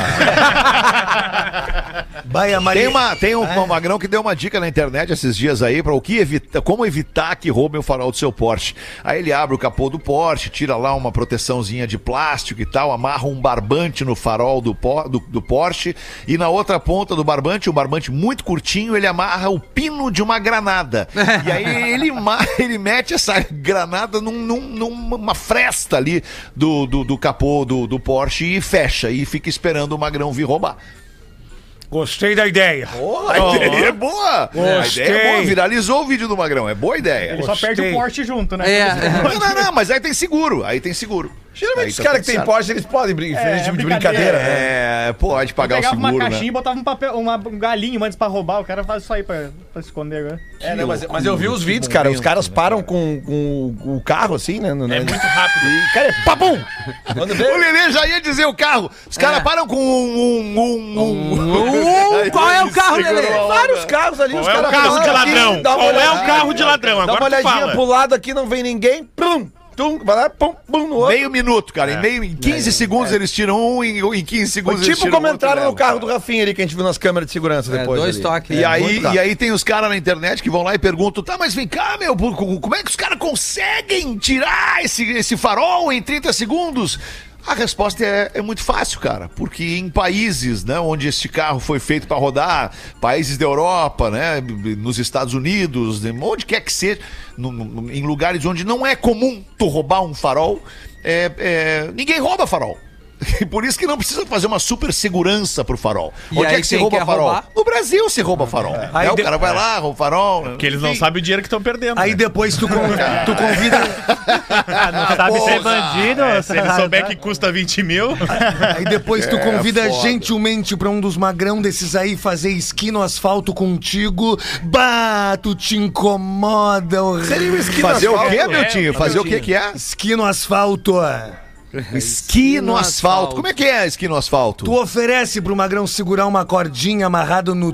Baia Maria. Tem um magrão que deu uma dica na internet esses dias aí para como evitar que roubem o farol do seu Porsche. Aí ele abre o capô do Porsche, tira lá uma proteçãozinha de plástico e tal, amarra um barbante no farol do Porsche e na outra ponta do barbante, um barbante muito curtinho, ele amarra o pino de uma granada. E aí ele mete essa granada numa fresta ali do capô do Porsche e fecha e fica esperando o magrão vir roubar. Gostei da ideia. A ideia é boa! A Gostei. ideia é boa, viralizou o vídeo do Magrão, é boa ideia. Ele só perde o Porsche junto, né? Não, mas aí tem seguro, Geralmente Aí os tá caras tudo que tem certo. Porsche, eles podem fazer esse tipo de brincadeira, né? Pode pagar o Pegava seguro, uma né? caixinha e botava um galinho antes pra roubar. O cara faz isso aí pra se esconder agora. Mas eu vi os vídeos, cara. Os caras param com o carro assim, né? É muito rápido. E, cara, é papum! Quando vê, O Lelê já ia dizer o carro. Os caras param com Qual é o carro, Lelê? vários carros ali, os Qual é o caras carro de param aqui, ladrão? dá uma Qual é o olhadinha, carro de ladrão? Dá uma Agora tu olhadinha fala. pro lado aqui, não vem ninguém. Plum, tum, vai lá, pum, pum, no outro. meio minuto, cara. Em 15 segundos eles tiram um, em 15 segundos eles Tipo tiram como entraram no outro, carro do Rafinha ali, que a gente viu nas câmeras de segurança depois. dois ali. toques. E aí, muito rápido. e aí tem os caras na internet que vão lá e perguntam, tá, mas vem cá, meu, como é que os caras conseguem tirar esse farol em 30 segundos? A resposta é muito fácil, cara, porque em países, né, onde este carro foi feito para rodar, países da Europa, né, nos Estados Unidos, onde quer que seja, em lugares onde não é comum tu roubar um farol, ninguém rouba farol. Por isso que não precisa fazer uma super segurança pro farol. E Onde aí é que se quem rouba quer farol? roubar? No Brasil se rouba farol. Aí O de- cara vai lá, rouba farol. Porque eles não sabem o dinheiro que estão perdendo. Aí né? depois tu convida. Não sabe ser bandido. Se ele souber que custa 20 mil, Aí depois tu convida foda. gentilmente pra um dos magrão desses aí fazer esqui no asfalto contigo. Bah, tu te incomoda. Seria um esqui no Fazer o asfalto. quê, meu tio? Fazer o que é? Esqui no asfalto. Esqui no asfalto. Como é que é esqui no asfalto? Tu oferece pro magrão segurar uma cordinha amarrada no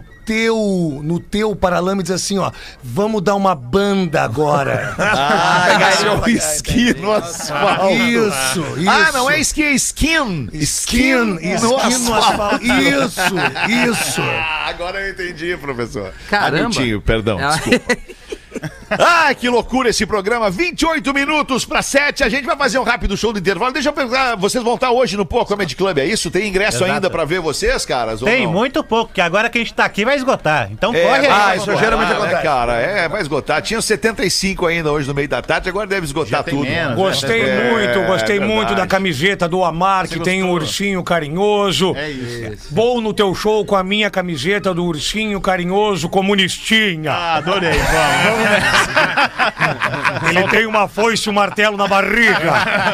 teu paralama e diz assim, ó, vamos dar uma banda agora. Esse é o esqui no asfalto. Isso. Ah, não é esqui, é skin. Skin no asfalto. Isso. Ah, agora eu entendi, professor. Caramba. Miltinho, perdão, desculpa. Ah, que loucura esse programa. 28 minutos para 7. A gente vai fazer um rápido show do intervalo. Deixa eu perguntar, vocês vão estar hoje no Pô Comedy Club, é isso? Tem ingresso Exato. ainda para ver vocês, caras? ou Tem não? muito pouco, que agora que a gente tá aqui vai esgotar. Então corre aí. vai isso esgotar, geralmente né, acontece. cara? Vai esgotar. Tinha 75 ainda hoje no meio da tarde, agora deve esgotar tem tudo. menos. Gostei É muito da verdade. camiseta do Amar, que tem um ursinho carinhoso. É isso. Vou no teu show com a minha camiseta do ursinho carinhoso comunistinha. Ah, adorei. Vamos nessa. Ele tem uma foice e um martelo na barriga.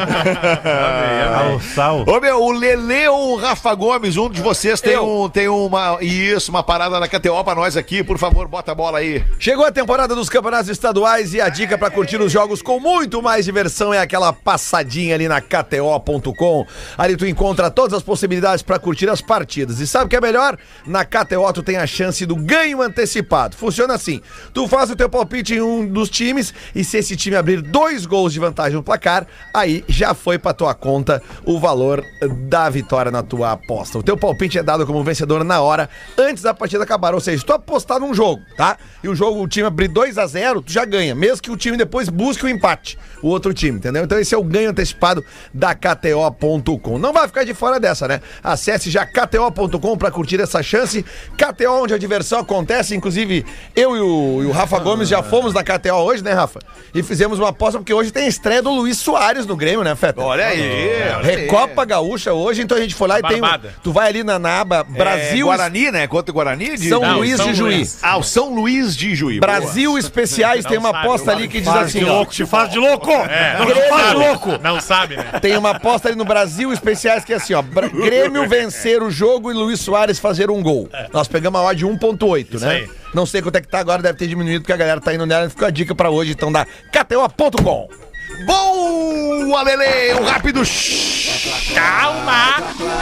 Ao sal. Ô meu, o Lelê ou o Rafa Gomes, um de vocês tem uma parada na KTO pra nós aqui, por favor, bota a bola aí. Chegou a temporada dos campeonatos estaduais e a dica pra curtir os jogos com muito mais diversão é aquela passadinha ali na KTO.com. Ali tu encontra todas as possibilidades pra curtir as partidas. E sabe o que é melhor? Na KTO tu tem a chance do ganho antecipado. Funciona assim: tu faz o teu palpite em um dos times e se esse time abrir 2 gols de vantagem no placar, aí já foi pra tua conta o valor da vitória na tua aposta. O teu palpite é dado como vencedor na hora, antes da partida acabar. Ou seja, se tu apostar num jogo, tá? E o time abrir 2-0, tu já ganha, mesmo que o time depois busque o empate, o outro time, entendeu? Então esse é o ganho antecipado da KTO.com. Não vai ficar de fora dessa, né? Acesse já KTO.com pra curtir essa chance. KTO, onde a diversão acontece. Inclusive, eu e o Rafa Gomes já fomos na KTO hoje, né, Rafa? E fizemos uma aposta, porque hoje tem a estreia do Luiz Soares no Grêmio, né, Feta? Olha aí. Recopa Gaúcha hoje, então a gente foi lá e tem. Tu vai ali na aba Brasil. Guarani, né? Contra o Guarani? São Luís de Juí. O São Luís de Juí. Brasil Especiais tem uma aposta ali que diz assim: Te faz de louco! Não faz sabe, louco. Não sabe, né? Tem uma aposta ali no Brasil Especiais que é assim, ó. Grêmio vencer o jogo e Luiz Soares fazer um gol. Nós pegamos a odd de 1.8, né? aí. Não sei quanto é que tá agora, deve ter diminuído porque a galera tá indo nela. Ficou a dica pra hoje, então, da KTO.com. Boa, Lelê! Um rápido... Calma!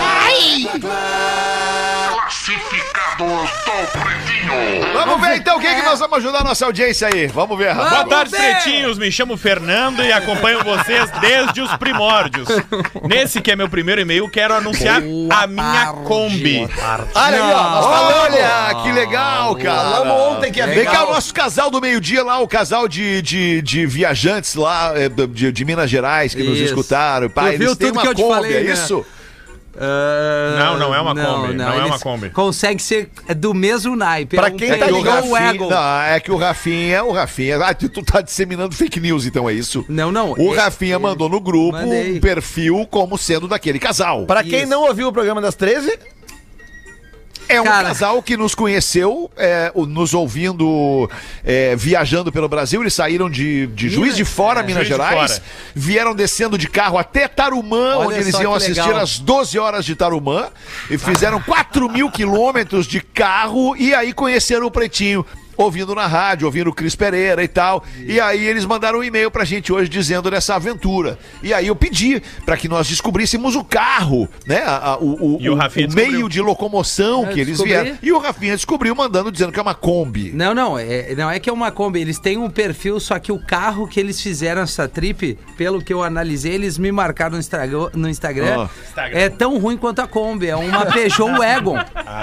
Classificados do Pretinho. Vamos ver então quem que nós vamos ajudar a nossa audiência aí. Vamos ver. Boa tarde, pretinhos. Me chamo Fernando e acompanho vocês desde os primórdios. Nesse que é meu primeiro e-mail, quero anunciar a minha Kombi. Olha aí, ó. Nós falamos. Olha, que legal, cara. Falamos ontem que é Vem cá, legal. o nosso casal do meio-dia lá, o casal de viajantes lá de Minas Gerais que nos Isso. escutaram. Pai, Tu viu eles têm tudo uma que eu te Kombi, falei, é né? isso? Não é uma Kombi. Não é uma eles Kombi. Consegue ser do mesmo naipe. Pra É um quem tá Peugeot ligado, Wagon. Não, é que o Rafinha. Ah, tu tá disseminando fake news, então é isso? Não. O Rafinha mandou no grupo Mandei. um perfil como sendo daquele casal. Pra quem não ouviu o programa das 13, É um Cara. casal que nos conheceu, nos ouvindo, viajando pelo Brasil. Eles saíram de Juiz de Fora, Minas Juiz de Gerais. Fora. Vieram descendo de carro até Tarumã, Olha onde eles só iam que assistir legal. às 12 horas de Tarumã. E fizeram 4.000 quilômetros de carro e aí conheceram o Pretinho. Ouvindo na rádio, ouvindo o Cris Pereira e tal. E aí eles mandaram um e-mail pra gente hoje dizendo dessa aventura. E aí eu pedi pra que nós descobríssemos o carro, né? E o Rafinha descobriu. meio de locomoção Eu que eles descobri. vieram. E o Rafinha descobriu mandando dizendo que é uma Kombi. Não é que é uma Kombi, eles têm um perfil, só que o carro que eles fizeram essa trip, pelo que eu analisei, eles me marcaram no Instagram, é tão ruim quanto a Kombi, é uma Peugeot Wagon.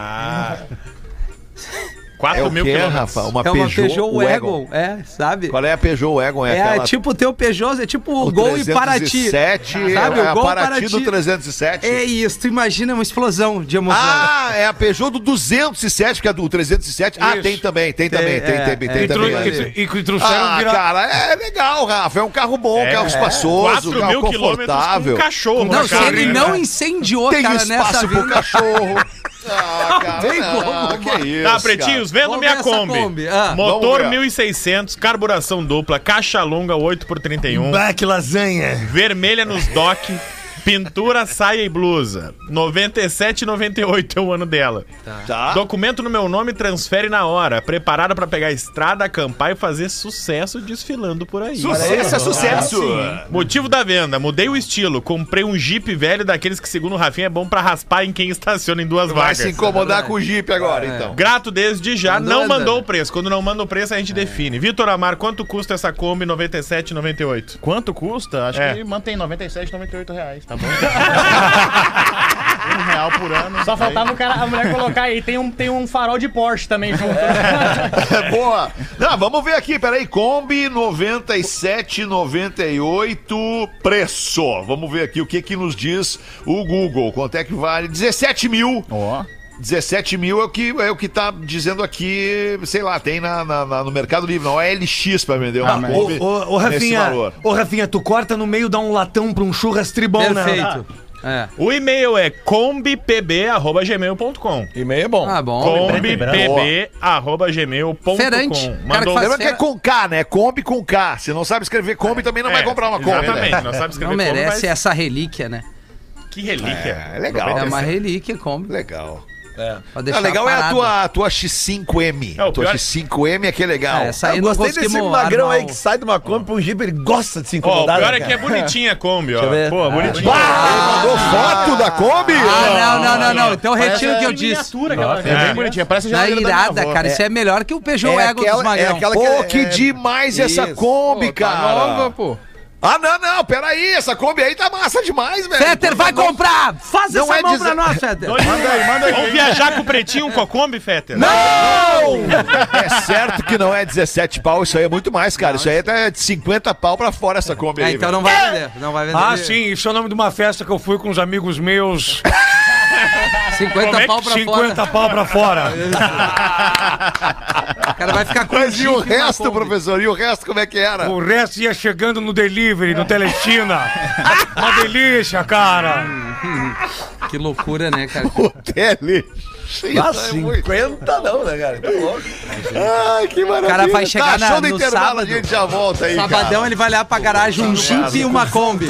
4 mil quê, quilômetros. Rafa? Uma É uma Peugeot Wagon. Wagon, sabe? Qual é a Peugeot Wagon? É aquela... tipo o teu Peugeot, é tipo o Gol e Paraty. 307, Sabe, é o a Gol Paraty do 307. É isso, tu imagina uma explosão de emoção. Ah, é a Peugeot do 207, que é do 307. Ah, tem também. Tem também. E que trouxeram Ah, virar... cara, é legal, Rafa. É um carro bom, um carro espaçoso, 4 um carro mil quilômetros com um confortável. cachorro. Não, na se ele cabine. não incendiou, Tem cara, espaço nessa pro vida. cachorro. Ah, cara, tem como, que isso, Tá, pretinhos, vendo Vamos minha ver essa Kombi. Kombi. Ah. Motor Vamos ver. 1600, carburação dupla, caixa longa 8x31, Bah, que lasanha. vermelha nos dock, pintura, saia e blusa. 97,98 é o ano dela. Tá. Documento no meu nome, transfere na hora. Preparada pra pegar a estrada, acampar e fazer sucesso desfilando por aí. Sucesso é sucesso. Motivo da venda, mudei o estilo. Comprei um Jeep velho daqueles que, segundo o Rafinha, é bom pra raspar em quem estaciona em duas Vai vagas. se incomodar com o Jeep agora, então. Grato desde já, Andou não andando. mandou o preço. Quando não manda o preço, a gente define. Vitor Amar, quanto custa essa Kombi 97,98? Quanto custa? Acho É. que mantém 97, 98 reais, tá bom? R$1 por ano. Só faltava a mulher colocar aí. Tem um farol de Porsche também junto. Boa. Não, vamos ver aqui, peraí. Kombi 97,98 preço. Vamos ver aqui o que nos diz o Google. Quanto é que vale? 17 mil. Ó. 17 mil é o que tá dizendo aqui, sei lá, tem no Mercado Livre, na OLX pra vender uma mas- Kombi Ô, nesse Rafinha, valor. Rafinha, tu corta no meio, dá um latão pra um churras tribom, né? Perfeito. É. O e-mail é combipb@gmail.com. e-mail é bom. Ah, bom. combipb@gmail.com. Ferante. Cara que Mandou faz- Lembra que é com K, né? Kombi com K. Se não sabe escrever Kombi, também não vai comprar uma Kombi, Exatamente, né? não sabe escrever Não merece Kombi, mas... essa relíquia, né? Que relíquia. É legal. É uma relíquia, Kombi. Legal. Pra deixar legal parado. é a tua X5M. É, o a tua pior- X5M é que é legal. É, essa aí Eu não gostei desse conseguimos magrão armar aí que sai de uma Kombi pra um Jeep, ele gosta de se Ó, o incomodar. pior né, é que é cara? bonitinha a Kombi, ó. eu ver. Pô, bonitinha. Mandou foto da Kombi? Ah, não. Então retiro o que eu disse. Miniatura, aquela É bem bonitinha, parece Na geladeira da minha irada, avó. cara. Isso é melhor que o Peugeot Wagon dos Magrão. Pô, que demais essa Isso. Kombi, cara. Nova, pô. Ah, não, peraí, essa Kombi aí tá massa demais, velho. Fetter, vai comprar! Faz Não essa é mão dizer- pra nós, Fetter. Manda aí. Vamos viajar com o Pretinho com a Kombi, Fetter? É certo que não é 17 pau, isso aí é muito mais, cara. Isso aí é de 50 pau pra fora essa Kombi aí, Então velho. não vai vender. Não vai vender. Ah, sim, isso é o nome de uma festa que eu fui com os amigos meus. 50 pau pra fora. 50 pau pra fora. O cara vai ficar com Mas e o resto, professor? E o resto como é que era? O resto ia chegando no delivery, no Telechina. Uma delícia, cara. Que loucura, né, cara? O Telechina. Ah, 50 não, né, cara? Tá louco. Ai, que maravilha. O cara vai chegar show do no intervalo, sábado. a gente já volta aí, Sabadão cara. ele vai lá pra garagem um Jeep e uma Kombi.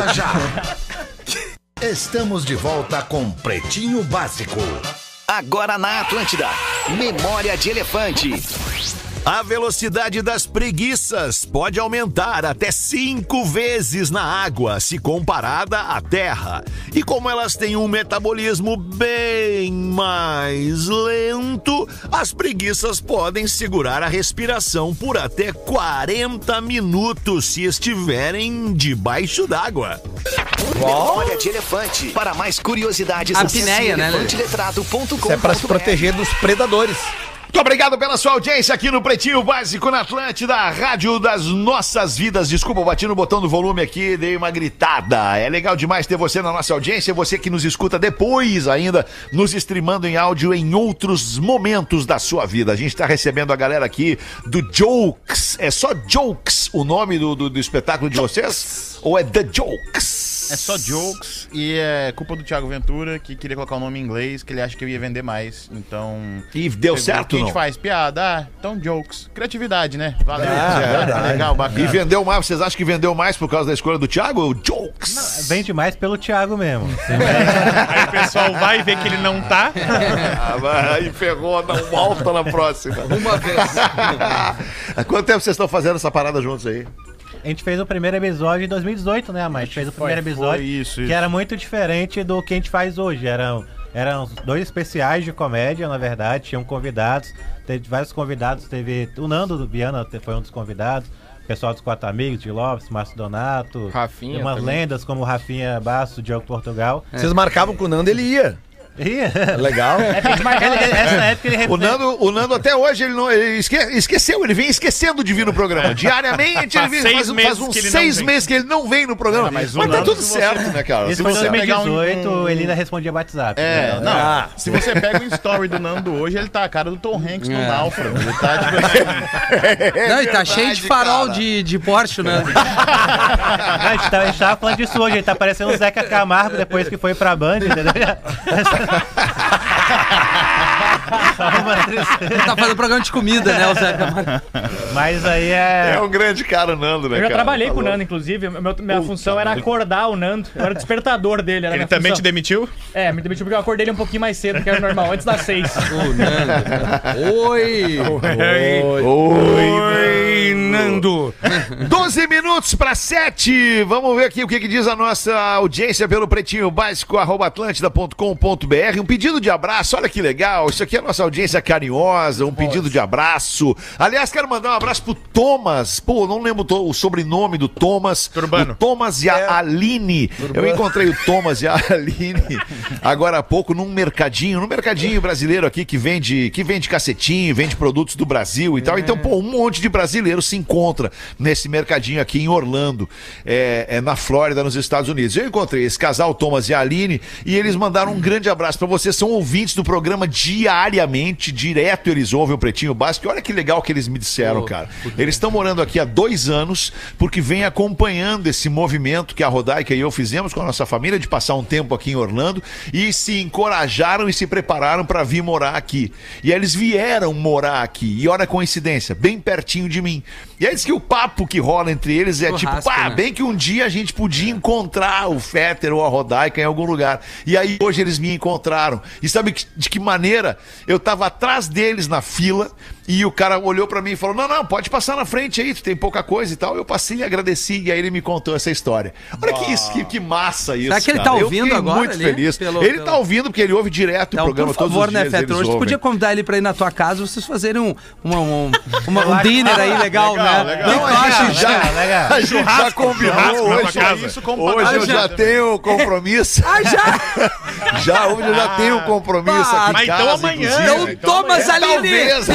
Estamos de volta com Pretinho Básico. Agora na Atlântida, Memória de Elefante. A velocidade das preguiças pode aumentar até 5 vezes na água, se comparada à terra. E como elas têm um metabolismo bem mais lento, as preguiças podem segurar a respiração por até 40 minutos se estiverem debaixo d'água. Memória de Elefante. Para mais curiosidades, apneia, né? elefanteletrado.com.br. Isso é pra se proteger dos predadores. Muito obrigado pela sua audiência aqui no Pretinho Básico na Atlântida, a rádio das nossas vidas. Desculpa, eu bati no botão do volume aqui, dei uma gritada. É legal demais ter você na nossa audiência, você que nos escuta depois ainda, nos streamando em áudio em outros momentos da sua vida. A gente está recebendo a galera aqui do Jokes. É só Jokes o nome do espetáculo de vocês? Ou é The Jokes? É só Jokes e é culpa do Thiago Ventura, que queria colocar o nome em inglês, que ele acha que eu ia vender mais. Então... E deu certo, que a gente não? faz piada, então Jokes. Criatividade, né? Valeu. Verdade. Legal, bacana. E vendeu mais, vocês acham que vendeu mais por causa da escolha do Thiago? Jokes! Não, vende mais pelo Thiago mesmo. Aí o pessoal vai ver que ele não tá. Aí ferrou, não volta na próxima. Uma vez. Há quanto tempo vocês estão fazendo essa parada juntos aí? A gente fez o primeiro episódio em 2018, né, mas fez o primeiro episódio isso. que era muito diferente do que a gente faz hoje. Eram 2 especiais de comédia, na verdade, tinham convidados, teve vários convidados, teve o Nando do Viana, foi um dos convidados, o pessoal dos 4 Amigos, de Lopes, Márcio Donato, Rafinha umas também. lendas como o Rafinha Basso, Diogo Portugal. Vocês marcavam com o Nando, ele ia. Legal. Essa época ele O Nando até hoje ele esqueceu, ele vem esquecendo de vir no programa. Diariamente ele vem, faz uns 6 meses que ele não vem no programa. Mas tá tudo certo, né, cara? Isso foi em 2018, ele ainda respondia WhatsApp. Se você pega o story do Nando hoje, ele tá a cara do Tom Hanks no Náufrago. Ele tá tipo assim... Não, ele tá cheio de farol de Porsche, né? A gente tava falando disso hoje, ele tá parecendo o Zeca Camargo depois que foi pra Band, entendeu? Ele tá fazendo programa de comida, né, o Zé Camargo? Mas aí é... É um grande cara, o Nando, né, Eu já cara? trabalhei com o Nando, inclusive. Minha função era acordar o Nando. Eu era o despertador dele. Era Ele minha também função. te demitiu? É, me demitiu porque eu acordei ele um pouquinho mais cedo, que era normal, antes das 6. O Nando. Oi! Oi, Nando. 12 minutos para 7. Vamos ver aqui o que diz a nossa audiência pelo Pretinho Básico, @atlantida.com.br. Um pedido de abraço, olha que legal. Isso aqui é a nossa audiência carinhosa, um pedido de abraço. Aliás, quero mandar um abraço pro Thomas. Pô, não lembro o sobrenome do Thomas. Turbano. O Thomas e a Aline. Eu encontrei o Thomas e a Aline agora há pouco num mercadinho brasileiro aqui que vende cacetinho, vende produtos do Brasil e tal. Então, pô, um monte de brasileiros se encontra nesse mercadinho aqui em Orlando, na Flórida, nos Estados Unidos. Eu encontrei esse casal, Thomas e a Aline, e eles mandaram um grande abraço pra vocês. São ouvintes do programa diariamente, direto eles ouvem o Pretinho Básico. E olha que legal que eles me disseram, cara. Eles estão morando aqui há 2 anos, porque vem acompanhando esse movimento que a Rodaica e eu fizemos com a nossa família, de passar um tempo aqui em Orlando, e se encorajaram e se prepararam para vir morar aqui. E aí eles vieram morar aqui, e olha a coincidência, bem pertinho de mim. E aí diz que o papo que rola entre eles é Churrasco, tipo, né? bem que um dia a gente podia encontrar o Fetter ou a Rodaica em algum lugar. E aí hoje eles me encontraram. E sabe de que maneira? Eu tava atrás deles na fila, e o cara olhou pra mim e falou: não, pode passar na frente aí, tu tem pouca coisa e tal. Eu passei e agradeci, e aí ele me contou essa história. Olha que massa isso. Será que ele cara. tá Eu ouvindo fiquei agora muito ali? feliz. Ele tá ouvindo porque ele ouve direto o Então, programa por favor, todos os né, dias. Fetter? Eles Hoje tu ouvem. podia convidar ele pra ir na tua casa, vocês fazerem um dinner aí legal, né? Legal. Não, a gente já combinou churrasco na hoje. tua casa. Isso como Hoje eu já tenho compromisso. Ah, já? Hoje eu já tenho compromisso aqui em Mas casa. então amanhã inclusive. Então toma, Zaline! Talvez.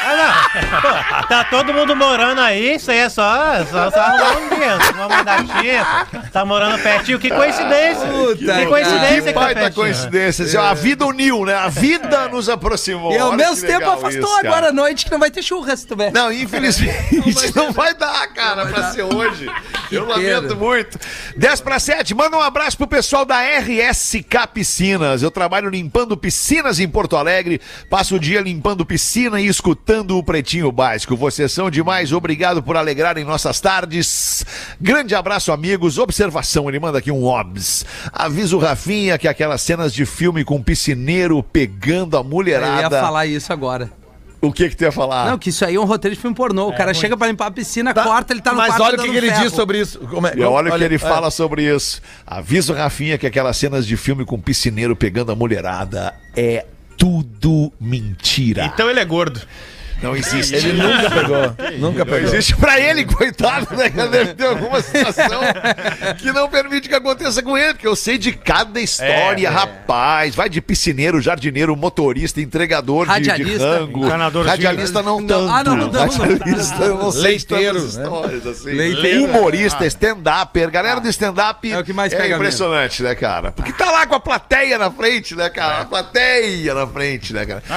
Pô, tá todo mundo morando aí, isso aí é só arrumar um dia. Uma mandatinha. Tá morando pertinho, que coincidência. Que coincidência Que tá baita pertinho. coincidência. Assim, ó, a vida uniu, né? A vida nos aproximou. E ao Olha mesmo que tempo legal afastou isso, cara. agora à noite que não vai ter churras, se tu vê. Não, infelizmente não vai dar, cara, pra ser hoje. Eu lamento muito. 10:07, manda um abraço pro pessoal da RSK Piscinas. Eu trabalho limpando piscinas em Porto Alegre, passo o dia limpando piscina e escutando o Pretinho Básico. Vocês são demais, obrigado por alegrarem nossas tardes. Grande abraço, amigos. Observação, ele manda aqui um obs. Avisa o Rafinha que aquelas cenas de filme com piscineiro pegando a mulherada... Eu ia falar isso agora. O que tu ia falar? Não, que isso aí é um roteiro de filme pornô. O cara chega pra limpar a piscina, corta, ele tá no Mas quarto olha o que dando ele ferro. diz sobre isso. E olha o que ele fala sobre isso. Avisa o Rafinha que aquelas cenas de filme com piscineiro pegando a mulherada é tudo mentira. Então ele é gordo. Não existe. Ele nunca pegou. Nunca Não pegou. existe pra ele, coitado, né? Que deve ter alguma situação que não permite que aconteça com ele, porque eu sei de cada história, rapaz. Vai de piscineiro, jardineiro, motorista, entregador de Radialista. rango. Radialista não tanto. não. Radialista eu não sei Leiteiro, tantas né? histórias assim. Leiteiro. Humorista, stand-upper. Galera do stand-up É o que mais pega impressionante, né, cara? Porque tá lá com a plateia na frente, né, cara? A plateia na frente, né, cara?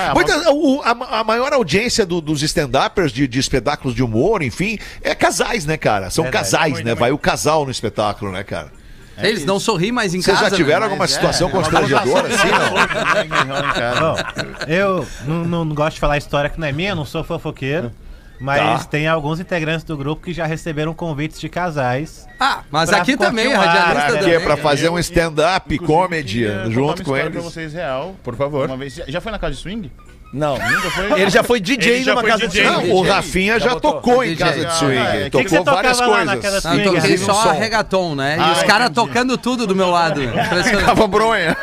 A maior audiência dos stand-uppers de espetáculos de humor, enfim, é casais, né, cara? São casais, né? Vai o casal no espetáculo, né, cara? Eles não sorriem mais em Vocês casa. já tiveram né? alguma situação constrangedora assim, não? Bom, eu não gosto de falar história que não é minha, eu não sou fofoqueiro. Mas tem alguns integrantes do grupo que já receberam convites de casais. Ah, mas Pra aqui também, continuar, radialista Que também. é pra fazer um stand-up comedy junto com Pra eles. vocês real. Por favor. Uma vez, já foi na casa de swing? Não. Nunca foi? Ele já foi DJ Ele já numa foi casa DJ. de Não, swing. o Rafinha já tocou em DJ. casa de swing. Ah, que você Tocou várias tocava lá na casa coisas. de Não, swing? toquei Inclusive um só som. reggaeton, né? E os caras tocando tudo do meu lado. Impressionante. Tava bronha.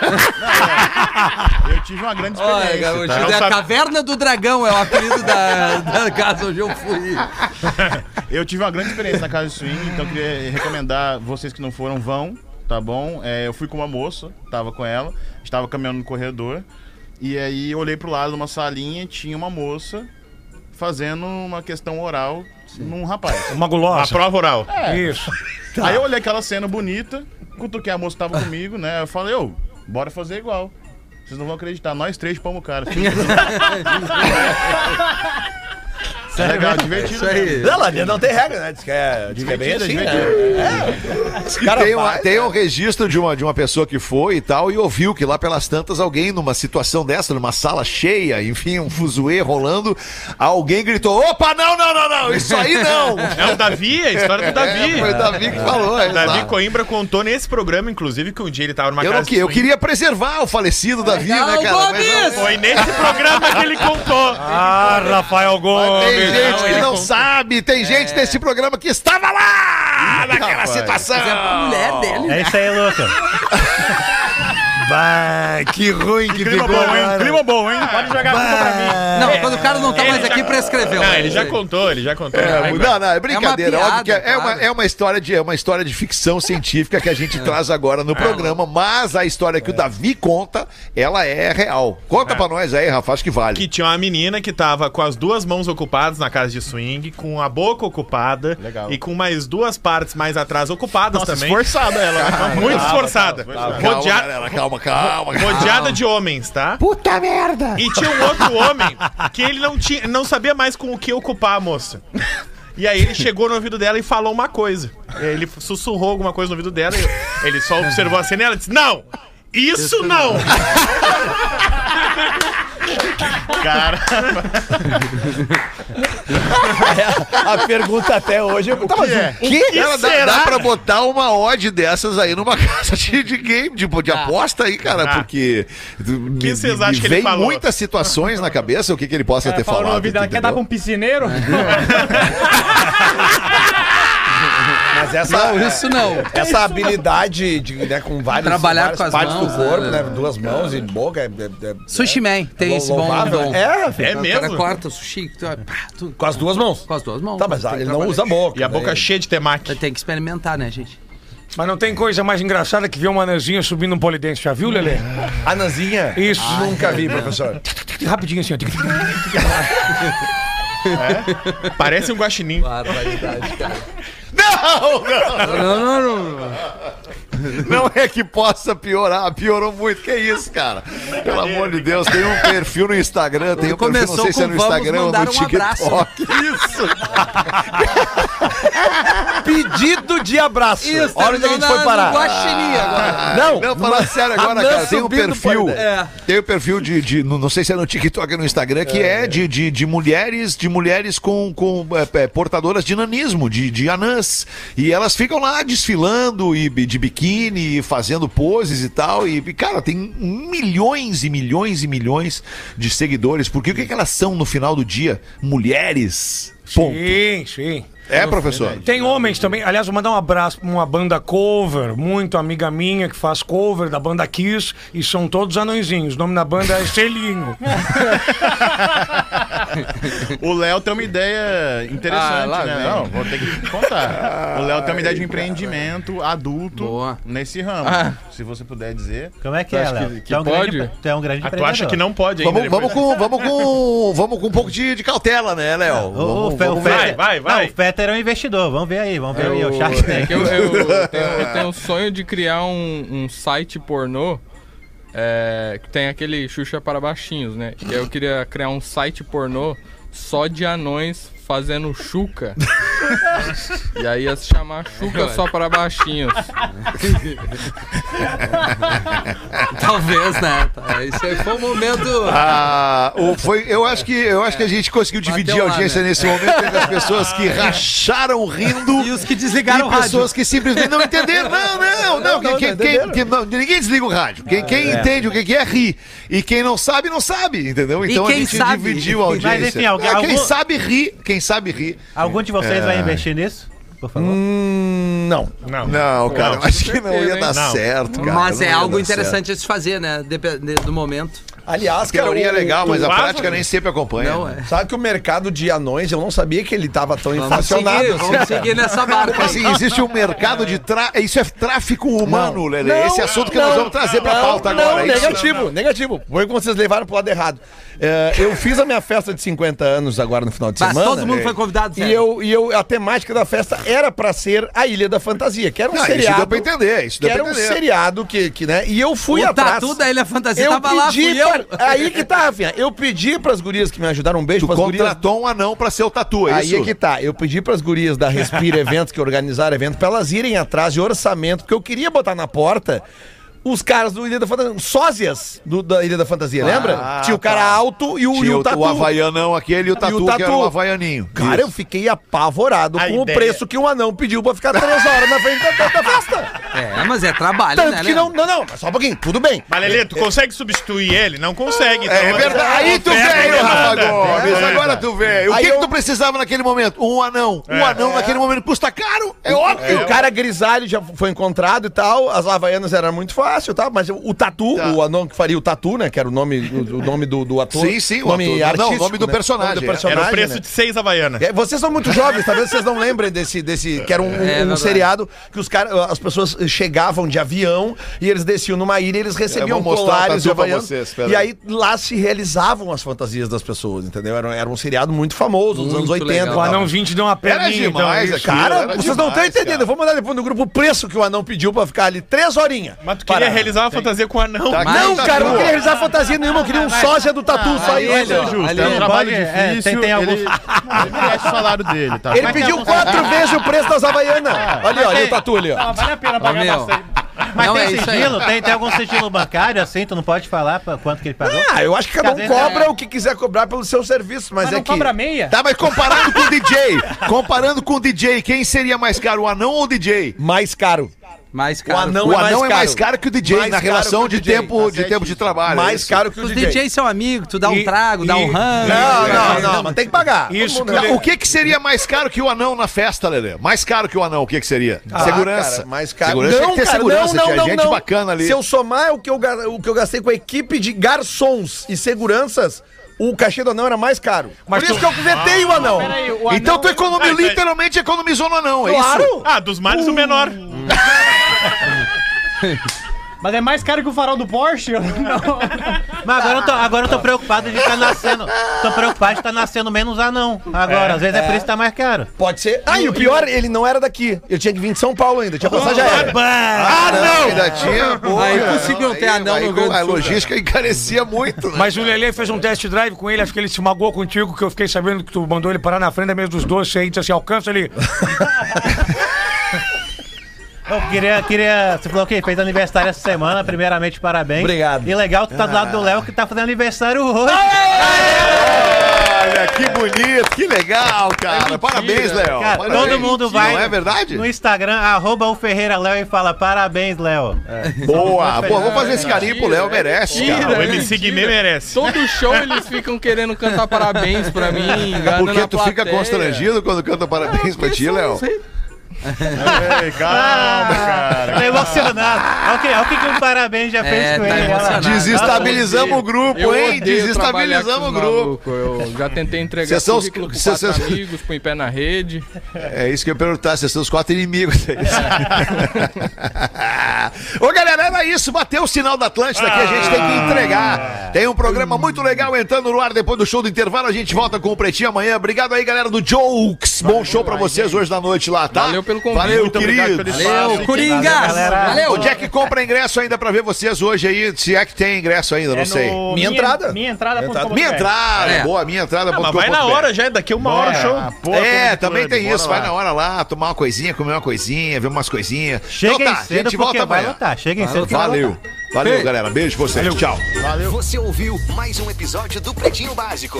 Eu tive uma grande Olha, experiência. Gaúcho, tá? é a Caverna do Dragão, é o apelido da casa onde eu fui. Eu tive uma grande experiência na casa de swing, então eu queria recomendar vocês que não foram, vão, tá bom? Eu fui com uma moça, tava com ela, estava caminhando no corredor, e aí eu olhei pro lado numa salinha e tinha uma moça fazendo uma questão oral num rapaz. Uma A gulosa. prova oral. Isso. Aí eu olhei aquela cena bonita, cutuquei a moça que tava comigo, né? Eu falei, bora fazer igual. Vocês não vão acreditar, nós três chupamos o cara. É legal, divertido. Isso aí. Não, lá dentro não tem regra, né? Diz que é bem assim, né? Tem um registro de uma pessoa que foi e tal, e ouviu que lá pelas tantas alguém numa situação dessa, numa sala cheia, enfim, um fuzuê rolando, alguém gritou: opa, não, isso aí não! É o Davi, a história do Davi. Foi o Davi que falou. O Davi exato. Coimbra contou nesse programa, inclusive, que um dia ele tava numa Eu, casa não, eu de swing. queria preservar o falecido Davi, né, cara? Mas não- Foi nesse programa que ele contou. Ah, Rafael Gomes. Tem gente que não sabe, tem gente nesse programa que estava lá naquela situação. Mas é a mulher dele. É isso aí, Lucas. Vai, que ruim que Clima ficou. bom, hein? cara. Clima bom, hein? Pode jogar a culpa pra mim. Não, quando o cara não tá mais aqui, prescreveu. Não, né? ele já Isso aí. contou, ele já contou. Não, é brincadeira. É uma Óbvio que piada, claro. é uma história de ficção científica que a gente traz agora no programa, mas a história que o Davi conta, ela é real. Conta pra nós aí, Rafa, acho que vale. Que tinha uma menina que tava com as duas mãos ocupadas na casa de swing, com a boca ocupada Legal. e com mais duas partes mais atrás ocupadas Nossa, também. esforçada ela. Muito esforçada. Calma, Rodea- galera, calma. Rodeada de homens, tá? Puta merda! E tinha um outro homem que ele não sabia mais com o que ocupar a moça. E aí ele chegou no ouvido dela e falou uma coisa. Ele sussurrou alguma coisa no ouvido dela e ele só observou a cena e ela disse: não! Isso não! Cara, A pergunta até hoje é: tá, mas o quê? Ela dá pra botar uma odd dessas aí numa casa de game, de aposta aí, cara, porque me vocês acham que ele vem falou? muitas situações na cabeça, o que ele possa ter Falou no falado. ouvido dela, quer dar pra um piscineiro? Mas essa, Não, isso não. essa habilidade de, né, com Trabalhar várias com as partes mãos, do corpo, né? né? Duas mãos e boca. Sushi Man tem esse bom louvável. dom. É, Rafinha. É O cara mesmo? corta o sushi Com as duas mãos. com as duas mãos. Tá, mas Tem que ele não trabalhar. usa a boca. E a boca né? cheia de temaki. Tem que experimentar, né, gente? Mas não tem coisa mais engraçada que ver uma anãzinha subindo um polidense. Já viu, Lelê? A Nanzinha? Isso. Nunca vi, professor. rapidinho assim, ó. Parece um guaxinim. Barbaridade, cara. Não! Não. Não é que possa piorar, piorou muito. Que isso, cara? Pelo amor de Deus, tem um perfil no Instagram, tem um perfil, não sei se é no Instagram ou no TikTok. Isso! Pedido de abraço. Isso, Olha onde a gente foi parar. Guaxinim agora. Não, falando sério agora, cara, tem um perfil. É. Tem um perfil não sei se é no TikTok ou no Instagram, que é de mulheres com portadoras de nanismo, de anãs. E elas ficam lá desfilando e de biquíni, fazendo poses e tal. E, cara, tem milhões e milhões e milhões de seguidores. Porque o que elas são no final do dia? Mulheres. Ponto. Sim. É, professor? Tem homens também. Aliás, vou mandar um abraço pra uma banda cover, muito amiga minha, que faz cover da banda Kiss, e são todos anõezinhos. O nome da banda é Selinho. O Léo tem uma ideia interessante, lá né? vem. Não, vou ter que contar. O Léo tem uma ideia de um empreendimento adulto nesse ramo. Se você puder dizer. Como é que é, Léo? que pode? Tu é um grande Tu acha que não pode ainda? Vamos com um pouco de cautela, né, Léo? Vai. O Fetter é um investidor, vamos ver aí, o Shark É Tank. que eu tenho um sonho de criar um site pornô que tem aquele Xuxa para baixinhos, né? E aí eu queria criar um site pornô só de anões fazendo chuca. E aí ia se chamar Chuca só para baixinhos. Talvez, né? Isso aí foi um momento. Eu acho que a gente conseguiu dividir a audiência nesse momento entre as pessoas que racharam rindo E os que desligaram o e rádio. pessoas que simplesmente não entenderam. Ninguém desliga o rádio. Quem entende o que é, ri. E quem não sabe, não sabe, entendeu? Então a quem gente sabe? dividiu a audiência. Mas, enfim, Quem sabe ri, quem sabe ri. Algum de vocês vai investir nisso? Por favor. Não. Não, cara, eu acho que não ia dar Não. certo, cara. Mas Não é ia algo dar interessante a se fazer, né? Dependendo do momento. Aliás, A teoria é legal, mas a faz, prática nem sempre acompanha. Não, é. Sabe que o mercado de anões, eu não sabia que ele tava tão inflacionado. Vamos seguir nessa barca. Assim, existe um mercado de Isso é tráfico humano, Lelê. Não, Esse assunto que nós vamos trazer pra pauta agora. Não, é isso? negativo. Foi como vocês levaram pro lado errado. Eu fiz a minha festa de 50 anos agora no final de Mas semana. todo mundo foi convidado, E eu, a temática da festa era pra ser a Ilha da Fantasia, que era um Não, seriado. isso deu pra entender. Isso Que deu era pra um entender. seriado que, né? E eu fui O atrás. tatu da Ilha Fantasia Eu tava lá, pedi fui eu. Aí que tá, Rafinha. Eu pedi pras gurias que me ajudaram, um beijo Tu pras gurias. contratou um anão pra ser o tatu, é Aí isso? é que tá, eu pedi pras gurias da Respira Eventos, que organizaram evento, pra elas irem atrás de orçamento, porque eu queria botar na porta os caras do Ilha da Fantasia, sósias da Ilha da Fantasia, lembra? Tinha o cara alto e Tinha o tatu. o havaianão aquele e o tatu, que era o havaianinho. Cara, eu fiquei apavorado A com o ideia. preço que um anão pediu pra ficar 3 horas na frente da festa. Mas é trabalho, Tanto né? que não, mas só um pouquinho, tudo bem. Mas, Lelê, tu consegue substituir ele? Não consegue. Então, É verdade. Aí tu oferta veio, demanda. Rafa Gomes. Agora tu veio. O Aí que eu- tu precisava naquele momento? Um anão. Um anão naquele momento custa caro. É óbvio. O cara grisalho já foi encontrado e tal, as havaianas era muito fácil e tal, mas o tatu, Tá. o anão que faria o tatu, né, que era o nome do ator. Sim, o nome ator. Não, artístico, o nome do né? personagem, O nome do é. personagem, Era o preço né? de 6 Havaianas. Vocês são muito jovens, talvez vocês não lembrem desse que era um verdade. seriado que as pessoas chegavam de avião e eles desciam numa ilha e eles recebiam Eu vou mostrar o colares de tatu pra havaianas. vocês, espera E aí. aí lá se realizavam as fantasias das pessoas, entendeu? Era um seriado muito famoso, nos anos Muito 80. legal. O anão 20 deu uma Era perninha, demais então. Isso. aquilo. Cara, Era vocês não estão demais, entendendo. cara. Eu vou mandar depois no grupo o preço que o anão pediu pra ficar ali 3 horinhas. Mas tu queria realizar uma fantasia com o anão. Tá aqui. Não, Tatu, cara, eu não ó. queria realizar fantasia nenhuma, eu queria um sósia do tatu, só ali, isso. ó, Justo, ali, é um trabalho pode- difícil. tem alguns- Ele merece o salário dele, tá? Ele pediu 4 vezes o preço das havaianas. Olha, olha o tatu ali, ó. Não, vale a pena pagar meu. bastante. Mas Não, tem é isso aí. sigilo? Tem algum sigilo bancário assim? Tu não pode falar pra quanto que ele pagou? Ah, eu acho que cada um Cadê? cobra o que quiser cobrar pelo seu serviço, mas Mas é não que... cobra meia? Tá, mas comparando com o DJ, quem seria mais caro, o anão ou o DJ? Mais caro. Mais O caro. anão, O é, anão mais é mais caro que o DJ Mais na caro relação que o de DJ, tempo de trabalho. é Mais isso? caro que o Os DJ. DJs são amigos, tu dá um E- trago, dá um rango. Não, mas tem que pagar. Isso, Todo mundo- cara. O que seria mais caro que o anão na festa, Lelê? Mais caro que o anão, o que seria? Ah, Segurança. cara, mais caro. Segurança tem que ter segurança, tinha gente não. bacana ali. Se eu somar o que eu gastei com a equipe de garçons e seguranças, o cachê do anão era mais caro. Por isso que eu vetei o anão. Peraí, o anão... Então tu literalmente economizou no anão, é Claro. isso? Ah, dos males o menor. Mas é mais caro que o farol do Porsche? Não. Mas agora eu tô preocupado de estar nascendo. Tô preocupado de estar nascendo menos anão. Agora, às vezes é por isso que tá mais caro. Pode ser. Ah, e o pior, ele não era daqui. Ele tinha que vir de São Paulo ainda. Tinha passagem aérea. Não! Ainda tinha, porra. Aí conseguiu ter anão no Rio Grande do A Sul, logística encarecia muito, né? Mas o Lelê fez um test drive com ele, acho que ele se magoou contigo, que eu fiquei sabendo que tu mandou ele parar na frente da mesa dos doces, aí disse assim, alcança ali. Eu queria. Você falou que fez aniversário essa semana, primeiramente, parabéns. Obrigado. E legal que tu tá do lado do Léo, que tá fazendo aniversário hoje. Olha, que bonito, que legal, cara. Parabéns, Léo. Cara, Parabéns. todo mundo vai Não é verdade? no Instagram, @oFerreiraLéo e fala parabéns, Léo. Boa. Pô, vamos fazer esse carinho pro Léo, merece, cara. O MC Guimê merece. Todo show eles ficam querendo cantar parabéns pra mim. Porque tu fica constrangido quando canta parabéns pra ti, Léo? Ei, calma, cara. Tá emocionado. Olha o que um parabéns já fez com tá ele. emocionado. Desestabilizamos o grupo, Eu hein? odeio trabalhar com Desestabilizamos o esses grupo. malucos. Eu já tentei entregar Vocês são os- currículo com vocês- 4 amigos, põe pé na rede. É isso que eu ia perguntar, vocês são os 4 inimigos. É isso. Ô, galera, era isso. Bateu o sinal da Atlântida que a gente tem que entregar. Tem um programa muito legal entrando no ar depois do show do intervalo. A gente volta com o Pretinho amanhã. Obrigado aí, galera do Jokes. Bom show pra vocês hoje da noite lá, tá? Valeu pelo convite. Valeu, Muito obrigado querido. pelo espaço. Valeu, Coringas! galera. Valeu! Onde é que compra ingresso ainda pra ver vocês hoje aí? Se é que tem ingresso ainda, não sei. Minha entrada. Minha entrada. Minha entrada, É. boa, minha entrada. Mas vai na hora já, daqui uma hora o show. Também tem isso. Vai na hora lá, tomar uma coisinha, comer uma coisinha, ver umas coisinhas. Cheguem Então tá, a cedo gente porque volta vai amanhã. lotar. Cheguem cedo que vai Valeu. lotar. Valeu, galera. Beijo pra vocês. Tchau. Você ouviu mais um episódio do Pretinho Básico.